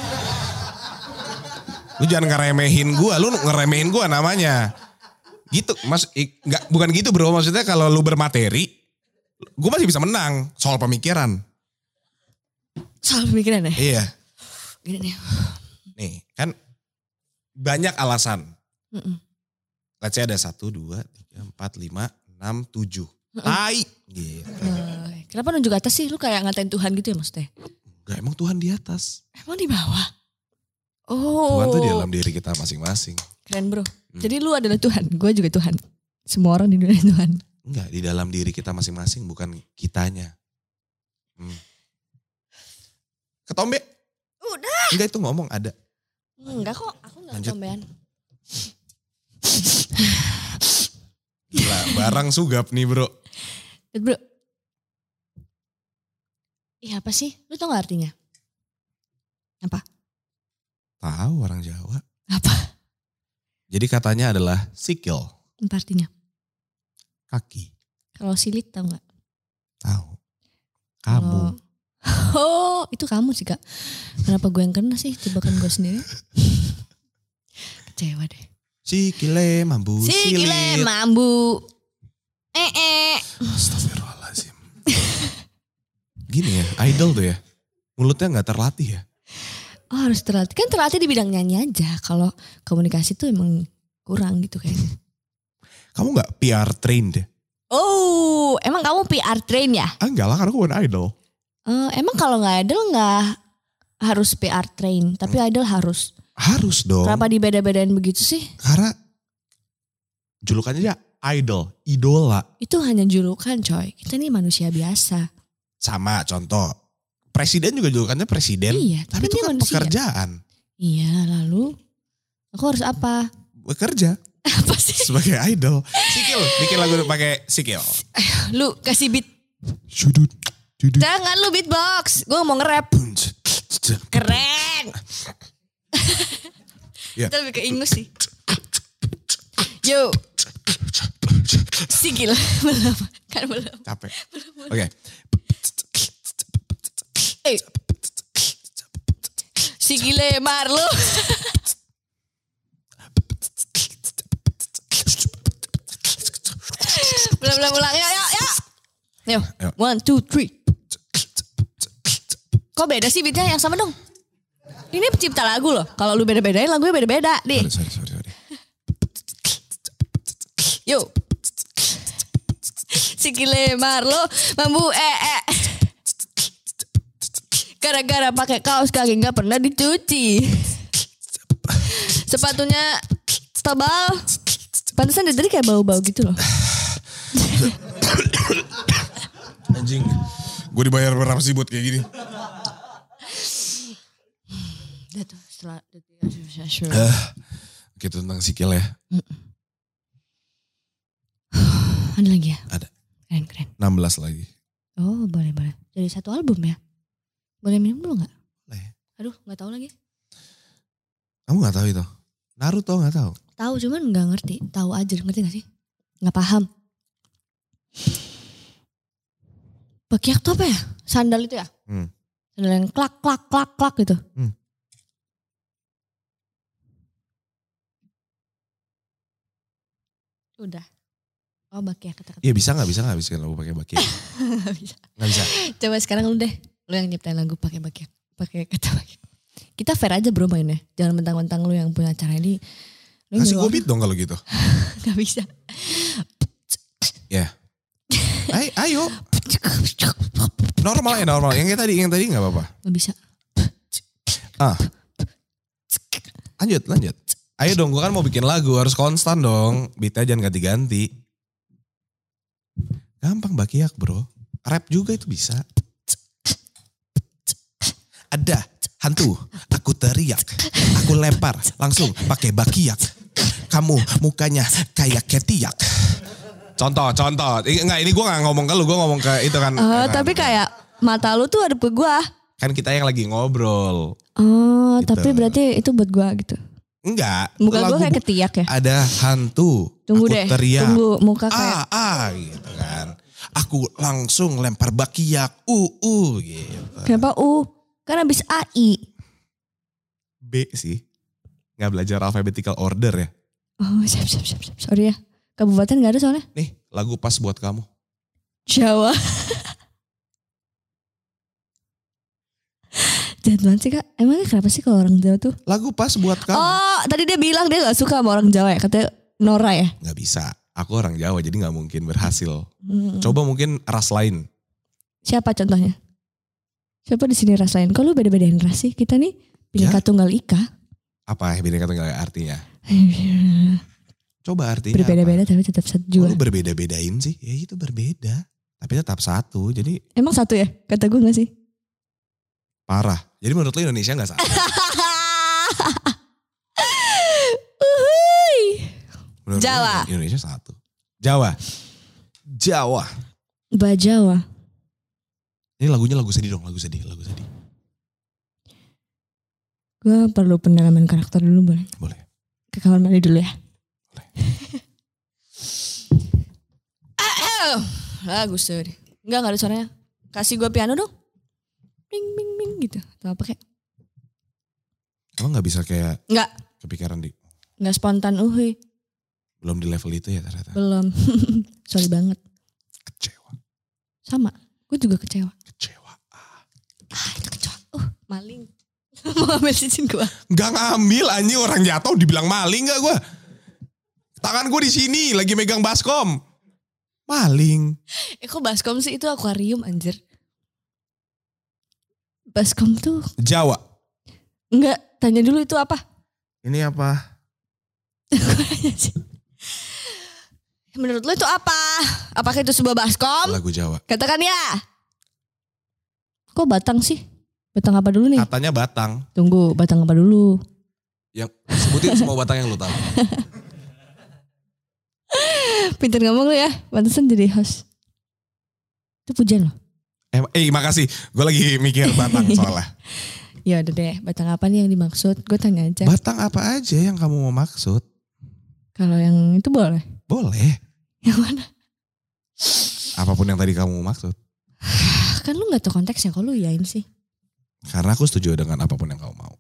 Lu jangan ngeremehin gua, lu ngeremehin gua namanya. Gitu, mas, enggak, bukan gitu bro, maksudnya kalau lu bermateri, gue masih bisa menang soal pemikiran. Soal pemikiran ya? Iya. Gini nih. Nih, kan banyak alasan. Mm-mm. Let's say ada satu, dua, tiga, empat, lima, enam, tujuh. Tai. Gitu. Uh, kenapa nunjuk atas sih? Lu kayak ngatain Tuhan gitu ya maksudnya? Enggak, emang Tuhan di atas. Emang di bawah? Oh. Tuhan tuh di dalam diri kita masing-masing. Keren bro. Hmm. Jadi lu adalah Tuhan, gue juga Tuhan. Semua orang di dunia Tuhan. Enggak, di dalam diri kita masing-masing, bukan kitanya. Hmm. Ketombe? Udah. Enggak, itu ngomong ada. Enggak kok, aku enggak ketombean. Gila, barang sugap nih bro. Bro. Iya apa sih? Lu tau gak artinya? Apa? Tahu orang Jawa. Apa? Jadi katanya adalah sikil. Apa artinya? Kaki. Kalau silit tau gak? Tahu. Kamu. Kalo... Oh itu kamu sih kak. Kenapa gue yang kena sih? Jebakan gue sendiri. Kecewa deh. Sikile mambu silit. Sikile mambu. Eh eh. Astagfirullahaladzim. Gini ya, idol tuh ya. Mulutnya gak terlatih ya. Oh harus terlatih. Kan terlatih di bidang nyanyi aja. Kalau komunikasi tuh emang kurang gitu kayaknya. Kamu gak P R trained ya? Oh emang kamu P R train ya? Ah, enggak lah karena aku bukan idol. Uh, emang kalau gak idol gak harus P R train. Tapi hmm. idol harus. Harus dong. Kenapa dibeda-bedain begitu sih? Karena julukannya aja idol, idola. Itu hanya julukan coy. Kita nih manusia biasa. Sama contoh. Presiden juga julukannya presiden. Iya. Tapi itu kan manusia. Pekerjaan. Iya lalu. Aku harus apa? Bekerja. Apa sih? Sebagai idol. Sikil. Bikin lagu pakai sikil. Lu kasih beat. Sudut. Sudut. Jangan lu beatbox. Gue mau nge-rap. Keren. Ya. Kita lebih ke ingus sih. Yo. Sikil. Belum. Kan belum. Capek. Oke. Okay. Eh. Sikile Marlo. Ulang, ulang, ya, ya, ya. Yo, one, two, three. Kok beda sih beatnya? Yang sama dong. Ini pencipta lagu loh. Kalau lu beda-bedain lagunya beda-beda. Nih. Sorry, sorry, sorry. Yo. Sikile Marlo, mambu eh eh. Gara-gara pakai kaos kaki nggak pernah dicuci. Sepatunya tebal. Pantesan dari tadi kayak bau-bau gitu loh. Anjing. Gue dibayar berapa sih buat kayak gini? Udah tuh setelah. Uh, gitu tentang sikil ya. Ada lagi ya? Ada. Keren, keren. enam belas lagi. Oh boleh, boleh. Jadi satu album ya? Boleh minum dulu gak? Boleh. Aduh gak tahu lagi. Kamu gak tahu itu? Naruto gak tahu? Tahu cuman gak ngerti. Tahu aja, ngerti gak sih? Gak paham. Bakiak tuh apa ya? Sandal itu ya? Hmm. Sandal yang klak klak klak klak gitu. Hmm. Udah. Oh bakiak kata-kata. Iya bisa gak? Bisa gak bisa lagu pakai bakiak? Gak bisa. Gak bisa? Coba sekarang lu deh. Lu yang nyiptain lagu pakai bakiak. Pakai kata bakiak. Kita fair aja bro mainnya. Jangan mentang-mentang lu yang punya acara ini. Kasih gue beat dong kalau gitu. Gak bisa. Ya. Ay, ayo. Normal ya normal. Yang kayak tadi, yang tadi gak apa-apa. Gak bisa. Ah. Lanjut, lanjut. Ayo dong, gue kan mau bikin lagu, harus konstan dong. Beatnya jangan ganti-ganti. Gampang bakiak bro. Rap juga itu bisa. Ada hantu, aku teriak. Aku lempar, langsung pakai bakiak. Kamu mukanya kayak ketiak. Contoh, contoh. Enggak, ini gue gak ngomong ke lu, gue ngomong ke itu kan. Oh, kan. tapi kayak mata lu tuh ada ke gua. Kan kita yang lagi ngobrol. Oh, gitu. tapi berarti itu buat gua gitu. Enggak. Muka gua kayak ketiak ya? Ada hantu, Tunggu aku deh, teriak. tunggu muka kayak. Ah, ah gitu kan. Aku langsung lempar bakiak, uh, uh gitu. Kenapa U? Kan habis A I. B sih. Gak belajar alphabetical order ya. Oh siap siap siap siap. Sorry ya. Kabupaten gak ada soalnya. Nih lagu pas buat kamu. Jawa. Jahat banget sih kak. Emangnya kenapa sih kalau orang Jawa tuh? Lagu pas buat kamu. Oh tadi dia bilang dia gak suka sama orang Jawa ya. Katanya Nora ya. Gak bisa. Aku orang Jawa jadi gak mungkin berhasil. Hmm. Coba mungkin ras lain. Siapa contohnya? Siapa di sini ras lain? Kok lu beda-bedain ras sih? Kita nih Bhinneka Ya? Tunggal Ika. Apa ya Bhinneka Tunggal Ika artinya? Coba artinya Berbeda-beda apa? tapi tetap satu Kok jua. lu berbeda-bedain sih? Ya itu berbeda. Tapi tetap satu. Jadi Emang satu ya? Kata gue gak sih? parah. Jadi menurut lu Indonesia gak satu? Uhuy. Menurut lu Jawa. Indonesia satu. Jawa. Jawa. Bajawa. Ini lagunya lagu sedih dong. Lagu sedih. Lagu sedih. Gue perlu pendalaman karakter dulu boleh? Boleh. Ke kamar mandi dulu ya. Boleh. Lagu sedih. Enggak, gak ada suaranya. Kasih gue piano dong. Bing, bing, bing gitu. Atau apa kayak. Emang gak bisa kayak Enggak. kepikiran di... Enggak spontan. Uhuy. Belum di level itu ya ternyata. Belum. Sorry banget. Kecewa. Sama. Gue juga kecewa. Kecewa. Ah. Ah itu kecewa. Uh maling. Mau ambil cincin gue. Gak ngambil anjing orang jatuh dibilang maling gak gue. Tangan gue di sini lagi megang baskom. Maling. Eh kok baskom sih itu akuarium anjir. Baskom tuh. Jawa. Enggak. Tanya dulu itu apa. Ini apa? Menurut lu itu apa? Apakah itu sebuah baskom? Lagu Jawa. Katakan ya. Kok batang sih? Batang apa dulu nih? Katanya batang. Tunggu, batang apa dulu? Yang sebutin semua batang yang lu tahu. Pintar ngomong lu ya. Pantesan jadi host. Itu pujian loh. Eh, eh makasih. Gue lagi mikir batang soalnya. Ya udah deh. Batang apa nih yang dimaksud? Gue tanya aja. Batang apa aja yang kamu mau maksud? Kalau yang itu boleh. Boleh. Yang mana? Apapun yang tadi kamu mau maksud. Kan lu gak tahu konteksnya. Kok lu iyain sih? Karena aku setuju dengan apapun yang kamu mau.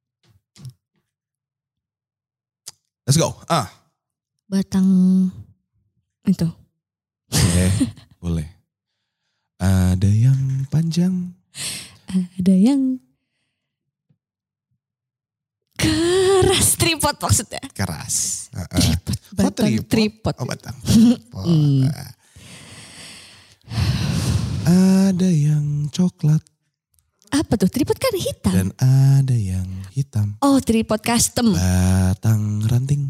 Let's go. Ah. Batang itu. Boleh. Boleh. Ada yang panjang. Ada yang keras. Tripod maksudnya. Keras. Uh, uh. Tripod. Batang tripod? tripod. Oh batang. Tripod. Hmm. Ada yang coklat. Apa tuh? Tripod kan hitam. Dan ada yang hitam. Oh tripod custom. Batang ranting.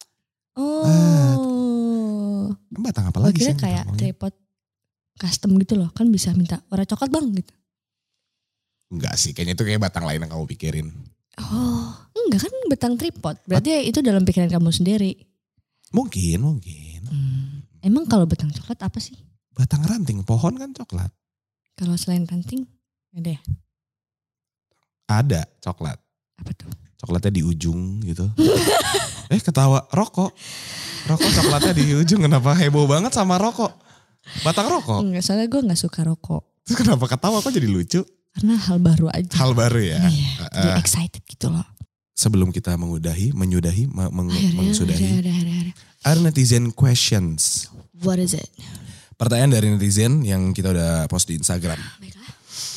Oh. Batang apa Gue lagi sih? kira yang kayak kita ngomongin? tripod custom gitu loh. Kan bisa minta warna coklat bang gitu. Enggak sih, kayaknya itu kayak batang lain yang kamu pikirin. Oh enggak kan batang tripod. Berarti itu dalam pikiran kamu sendiri. Mungkin, mungkin. Hmm. Emang kalau batang coklat apa sih? Batang ranting, pohon kan coklat. Kalau selain ranting ada ya? Ada coklat. Apa tuh? Coklatnya di ujung gitu. eh ketawa rokok. Rokok coklatnya di ujung. Kenapa heboh banget sama rokok? Batang rokok. Enggak, soalnya gue gak suka rokok. Terus kenapa ketawa kok jadi lucu? Karena hal baru aja. Hal baru ya. Iya, uh, jadi excited gitu loh. Sebelum kita mengudahi, menyudahi, meng, Akhirnya, mengsudahi. akhirnya, akhirnya, akhirnya. Ada netizen questions. What is it? Pertanyaan dari netizen yang kita udah post di Instagram. Baiklah.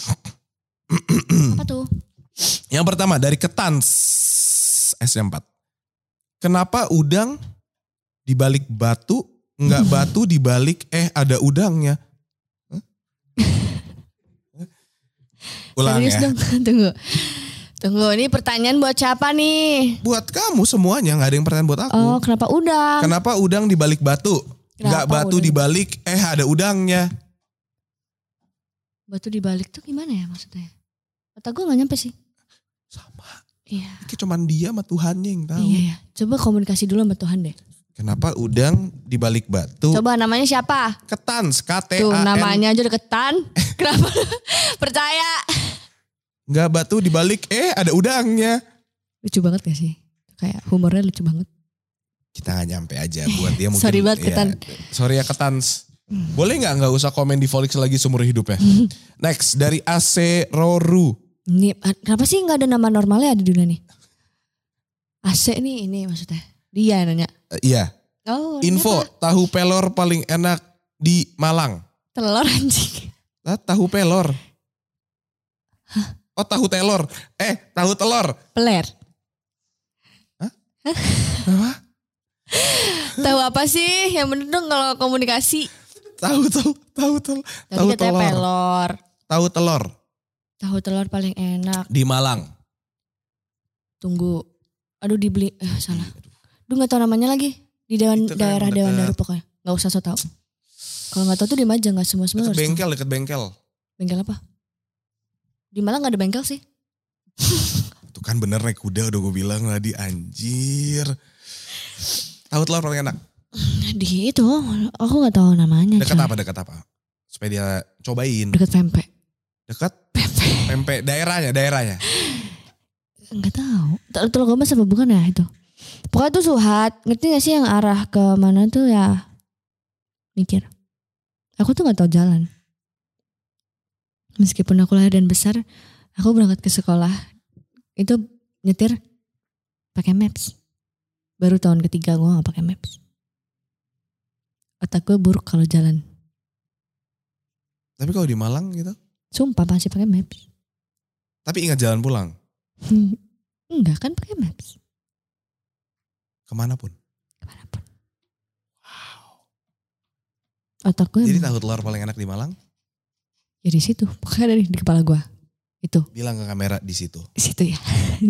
Apa tuh? Yang pertama dari Ketans S empat. Kenapa udang dibalik batu, enggak batu dibalik eh ada udangnya? Huh? Ulang Serius ya. dong, tunggu. Tunggu, ini pertanyaan buat siapa nih? Buat kamu semuanya, nggak ada yang pertanyaan buat aku. Oh, kenapa udang? Kenapa udang dibalik batu? Enggak Kenapa batu udang? dibalik eh ada udangnya. Batu dibalik tuh gimana ya maksudnya? Kata gue gak nyampe sih. Sama. Iya. Ini cuman dia sama Tuhannya yang tahu. Iya ya. Coba komunikasi dulu sama Tuhan deh. Kenapa udang dibalik batu? Coba namanya siapa? Ketans, K T A N. Tuh namanya aja deketan. Kenapa? Percaya. Enggak batu dibalik eh ada udangnya. Lucu banget gak sih? Kayak humornya lucu banget. Kita gak nyampe aja buat dia mungkin. Sorry banget, ya, Ketan. Sorry ya Ketans. Boleh gak gak usah komen di Volix lagi seumur hidupnya. Next dari A C Roru. Ini kenapa sih gak ada nama normalnya di dunia nih? A C nih ini maksudnya. Dia yang nanya. Uh, iya. Oh, Info ternyata. tahu pelor paling enak di Malang. Telur anjing. Lah tahu pelor. Hah? Oh tahu telur. Eh tahu telur. Peler. Apa? Tahu apa sih? Yang bener dong kalau komunikasi. Tahu tahu tahu telur. Tadi Tahu katanya telur. pelor. Tahu telur Tahu telur paling enak. di Malang. Tunggu. Aduh dibeli. Eh salah. Duh gak tahu namanya lagi. Di dewan, Itu kan daerah dekat- Dewan Daru pokoknya. Gak usah so tau. Kalau gak tahu tuh diem aja. Gak semua-semua Deket harus tahu. bengkel, deket bengkel. Bengkel apa? Di Malang gak ada bengkel sih. Tuh kan bener naik kuda udah gue bilang tadi anjir. Tahu telur paling enak. Di itu. Aku gak tahu namanya. Dekat coy. apa? Dekat apa? Supaya dia cobain. Dekat pempek. Dekat Pempek. pempek daerahnya, daerahnya. Gak tahu. Telur Gomez apa bukan ya itu? Pokoknya tuh Suhat. Ngerti gak sih yang arah ke mana tuh ya? Mikir. Aku tuh gak tahu jalan. Meskipun aku lahir dan besar, aku berangkat ke sekolah itu nyetir pakai maps. Baru tahun ketiga gue gak pakai maps. Otak gue buruk kalau jalan. Tapi kalau di Malang gitu. Sumpah masih pakai maps. Tapi ingat jalan pulang. Enggak kan pakai maps. Kemanapun. Kemanapun. Otak gue Jadi emang- tahu telur paling enak di Malang. ya di situ. Pokoknya dari di kepala gue. Itu Bilang ke kamera di situ. di situ ya.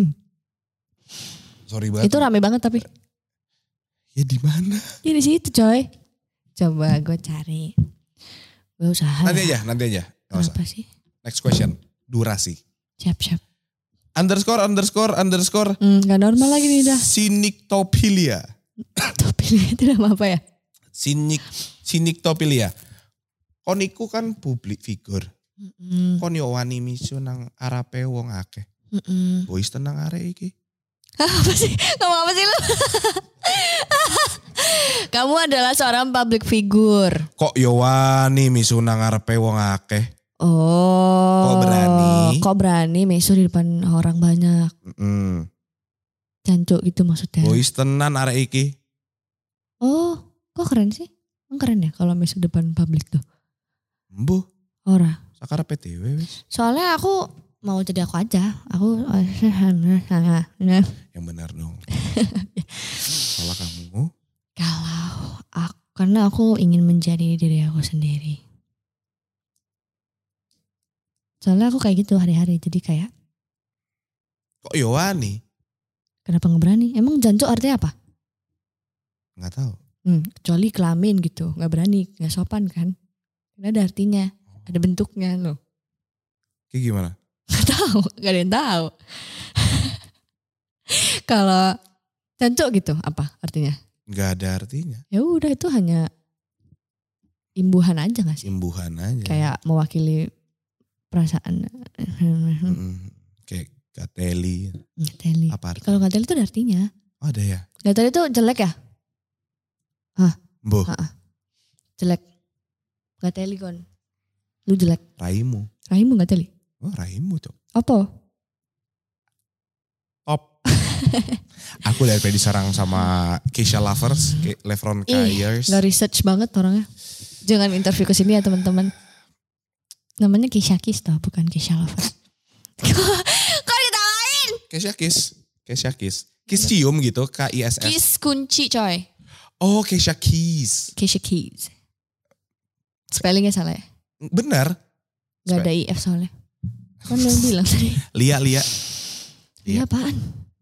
Sorry banget. Itu rame banget tapi. Ya di mana? Ya di situ coy. Coba gue cari. Gue usaha. Nanti ya. aja, nanti aja. Gak usah. Apa sih? Next question. Durasi. Siap siap. Underscore, underscore, underscore. Hmm, gak normal lagi nih dah. Sinictopilia. Topi itu nama apa ya? Sinik, Sinictopilia. Koniku kan publik figur. Mm-mm. Kon yo wani misu nang arepe wong akeh. Mm-mm. Boys tenang arek iki. Hah, apa sih? Kamu apa sih lu? Kamu adalah seorang public figure. Kok yo wani misu nang arepe wong akeh. Oh. Kok berani? Kok berani mesu di depan orang banyak. Mm. Jancuk gitu maksudnya. Boys tenan arek iki. Oh, kok keren sih? Emang keren ya kalau mesu depan publik tuh. Mbuh, Ora. sakarepe dhewe wis. Soalnya aku mau jadi aku aja. Aku Yang benar dong. Salah kamu. kalau aku, karena aku ingin menjadi diri aku sendiri. Soalnya aku kayak gitu hari-hari. Jadi kayak Kok yo wani? kenapa nggak berani? Emang jancuk artinya apa? Nggak tahu. Hmm, kecuali kelamin gitu. Nggak berani, nggak sopan kan? Karena ada artinya, ada bentuknya loh. Kayak gimana? Gak tahu, gak ada yang tahu. Kalau jancuk gitu apa artinya? Nggak ada artinya. Ya udah itu hanya imbuhan aja gak sih? Imbuhan aja. Kayak mewakili perasaan. Mm-mm. Kayak Gateli. Gateli. Apa artinya? Kalau gateli itu ada artinya. Oh, ada ya? Gateli itu jelek ya? Hah? Boh. Jelek. Gateli kon. Lu jelek. Raimu. Raimu gateli. Oh, raimu cok. Apa? Top. Aku dari tadi diserang sama Keisha Lovers, Ke Lefron Kayers. Gak research banget orangnya. Jangan interview ke sini ya teman-teman. Namanya Keisha Kiss toh, bukan Keisha Lovers. Kok ditawain? Keisha Kiss. Keisha Kiss. Kiss cium gitu, K I S S. Kiss kunci coy. Oh, Keisha Keys. Keisha Keys. Spellingnya salah ya? Benar. Gak ada I F soalnya. Kan lu bilang tadi. Lia, Lia. Lia apaan?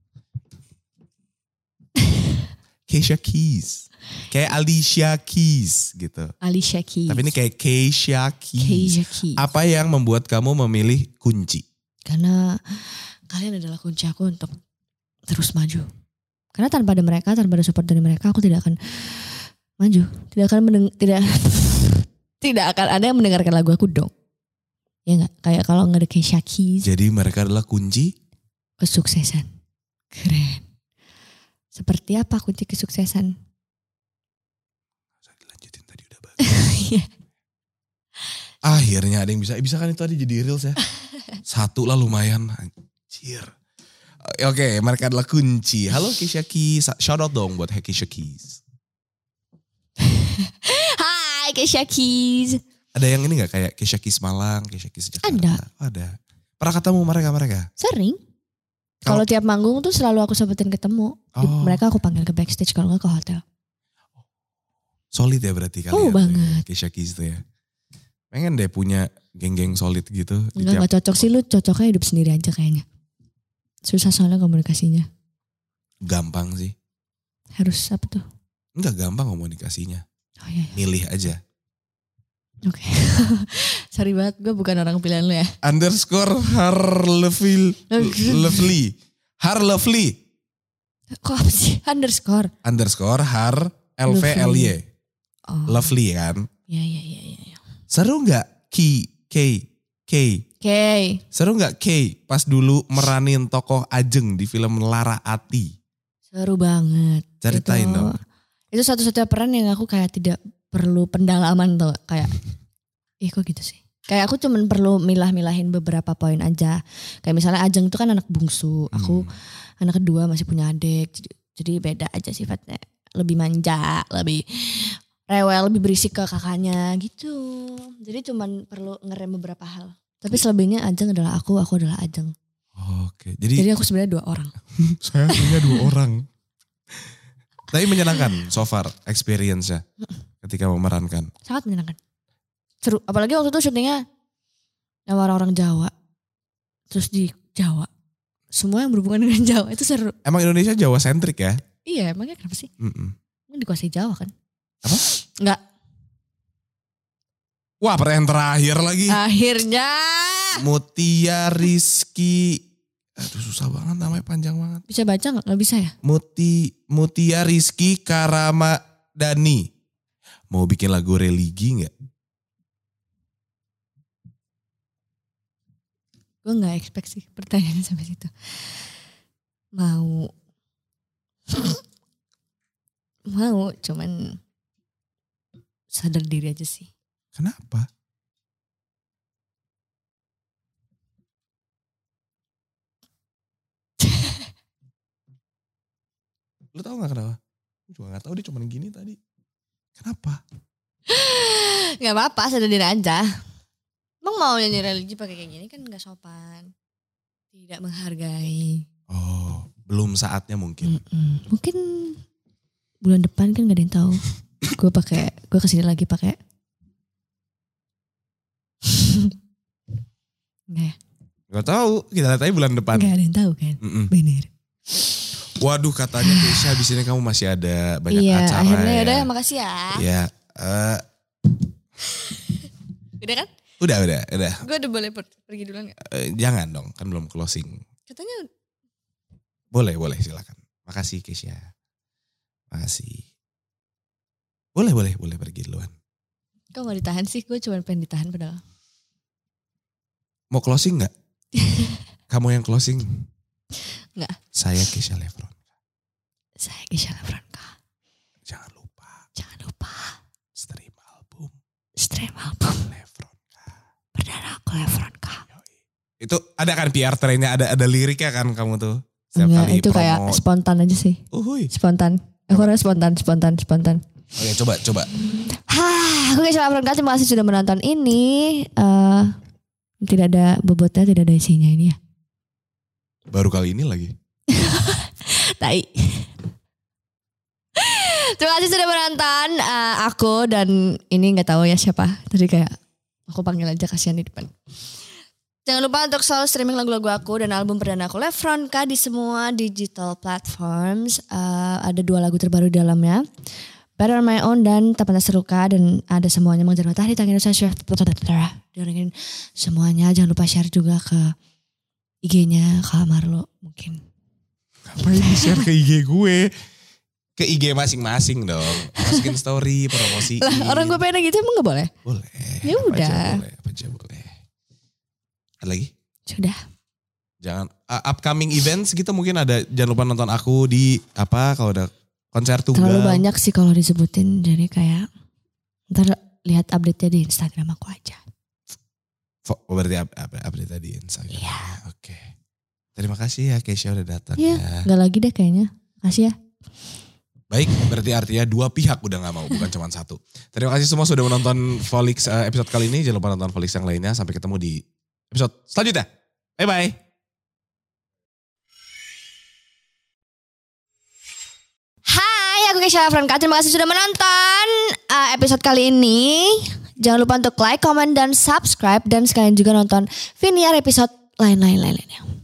Keisha Keys. Kayak Alicia Keys gitu. Alicia Keys. Tapi ini kayak Keisha Keys. Keisha Keys. Apa yang membuat kamu memilih kunci? Karena kalian adalah kunci aku untuk terus maju. Karena tanpa ada mereka, tanpa ada support dari mereka, aku tidak akan maju. Tidak akan mendeng- tidak tidak akan ada yang mendengarkan lagu aku dong. Ya enggak? Kayak kalau enggak ada Keisha Keys. Jadi mereka adalah kunci kesuksesan. Keren. Seperti apa kunci kesuksesan? Saya dilanjutin tadi udah bagus. Akhirnya ada yang bisa. Bisa kan itu tadi jadi reels ya. Satu lah lumayan. Anjir. Oke, mereka adalah kunci. Halo Keisha Keys. Shout out dong buat Keisha Keys. Hai Keisha Keys. Ada yang ini gak kayak Keisha Keys Malang, Keisha Keys Jakarta? Ada. Oh, ada. Pernah ketemu mereka-mereka? Sering. Kalau tiap manggung tuh selalu aku sempetin ketemu. Oh. Mereka aku panggil ke backstage kalau enggak ke hotel. Solid ya berarti kalian. Oh banget. Keisha Keys tuh ya. Pengen deh punya geng-geng solid gitu. Enggak, enggak cocok sih, lu cocoknya hidup sendiri aja kayaknya. Susah soalnya komunikasinya. Gampang sih. Harus apa tuh? Enggak gampang komunikasinya. Oh iya. iya. Milih aja. Oke. Okay. Sorry banget, gue bukan orang pilihan lu ya. Underscore Harleville. Lovely. Harlevely. Kok apa sih? Underscore. Underscore Har L V L Y. Oh. Lovely kan? Iya, iya, iya. Ya. Seru gak Ki, K, K? Oke. Seru gak K pas dulu meranin tokoh Ajeng di film Lara Ati? Seru banget. Ceritain itu, dong. Itu satu-satunya peran yang aku kayak tidak perlu pendalaman tuh. Kayak, ih kok gitu sih. Kayak aku cuman perlu milah-milahin beberapa poin aja. Kayak misalnya Ajeng itu kan anak bungsu. Aku hmm. anak kedua masih punya adik. Jadi, jadi beda aja sifatnya. Lebih manja, lebih rewel, lebih berisik ke kakaknya gitu. Jadi cuman perlu ngerem beberapa hal. Tapi selebihnya Ajeng adalah aku, aku adalah Ajeng. Oke, jadi, jadi aku sebenarnya dua orang. Saya punya dua orang. Tapi menyenangkan so far experience-nya ketika memerankan. Sangat menyenangkan. Seru, apalagi waktu itu syutingnya sama orang-orang Jawa. Terus di Jawa. Semua yang berhubungan dengan Jawa itu seru. Emang Indonesia Jawa sentrik ya? Iya, emangnya kenapa sih? Mm-mm. Emang dikuasai Jawa kan? Apa? Enggak. Wah, pertanyaan terakhir lagi. Akhirnya. Mutia Rizky. Aduh susah banget namanya, panjang banget. Bisa baca gak? Gak bisa ya? Muti, Mutia Rizky Karamadani. Mau bikin lagu religi gak? Gue gak expect sih pertanyaannya sampai situ. Mau. Mau, cuman sadar diri aja sih. Kenapa? Lu tau gak kenapa? Gue juga gak tau, dia cuman gini tadi. Kenapa? Gak apa-apa, sadar diri aja. Emang mau nyanyi religi pakai kayak gini kan gak sopan. Tidak menghargai. Oh, belum saatnya mungkin. Mm-mm. Mungkin bulan depan kan gak ada yang tahu. Gue pakai, gue kesini lagi pakai. Nggak ya? Gak tahu, kita lihat aja bulan depan. Gak ada yang tahu kan? Mm-mm. Bener. Waduh, katanya Keisha abis ini kamu masih ada banyak iya, acara. Iya, akhirnya ya. udah makasih ya. Iya. Uh, udah kan? Udah, udah, udah. Gue udah boleh per- pergi duluan gak? Uh, jangan dong, kan belum closing. Katanya. Boleh, boleh silakan. Makasih Keisha. Makasih. Boleh, boleh, boleh pergi duluan. Kau gak ditahan sih, gue cuma pengen ditahan padahal. Mau closing gak? Kamu yang closing. Enggak. Saya Kesha Lefron. Saya Kesha Lefron. Jangan lupa. Jangan lupa. Stream album. Stream album. Lefron. Perdana aku Lefron. Itu ada kan P R trainnya, ada ada liriknya kan kamu tuh. Setiap Enggak, kali itu promo. kayak spontan aja sih. Uhuy. Spontan. Aku orang spontan, spontan, spontan. Oke, coba, coba. Hah, aku Kesha Lefron. Terima kasih sudah menonton ini. Uh, tidak ada bobotnya, tidak ada isinya ini ya. Baru kali ini lagi. Tai. Terima kasih sudah menonton uh, aku dan ini nggak tahu ya siapa. Tadi kayak aku panggil aja kasihan di depan. Jangan lupa untuk selalu streaming lagu-lagu aku dan album perdana aku Lefronka di semua digital platforms. Uh, ada dua lagu terbaru di dalamnya. Better on My Own dan Tak Pantas Terluka, dan ada semuanya mengejar matahari tangan Indonesia. Dengerin semuanya. Jangan lupa share juga ke I G-nya Kak Marlo mungkin. Ngapain di-share ke I G gue? Ke I G masing-masing dong. Masukin story, promosiin. Lah, orang gue pengen gitu emang gak boleh? Boleh. Ya udah. Boleh, apa aja boleh. Ada lagi? Sudah. Jangan uh, upcoming events gitu mungkin ada. Jangan lupa nonton aku di apa kalau ada konser tunggal. Terlalu banyak sih kalau disebutin, jadi kayak ntar lihat update-nya di Instagram aku aja. Oh, berarti up, up, update di Instagram. Iya. Oke. Terima kasih ya Kesha udah datang Iya, ya. gak lagi deh kayaknya. Kasih ya. Baik, berarti artinya dua pihak udah gak mau, bukan cuma satu. Terima kasih semua sudah menonton Volix uh, episode kali ini. Jangan lupa nonton Volix yang lainnya. Sampai ketemu di episode selanjutnya. Bye-bye. Hai, aku Kesha Lefronka. Terima kasih sudah menonton uh, episode kali ini. Jangan lupa untuk like, comment, dan subscribe. Dan sekalian juga nonton Viniar episode lain-lain lainnya.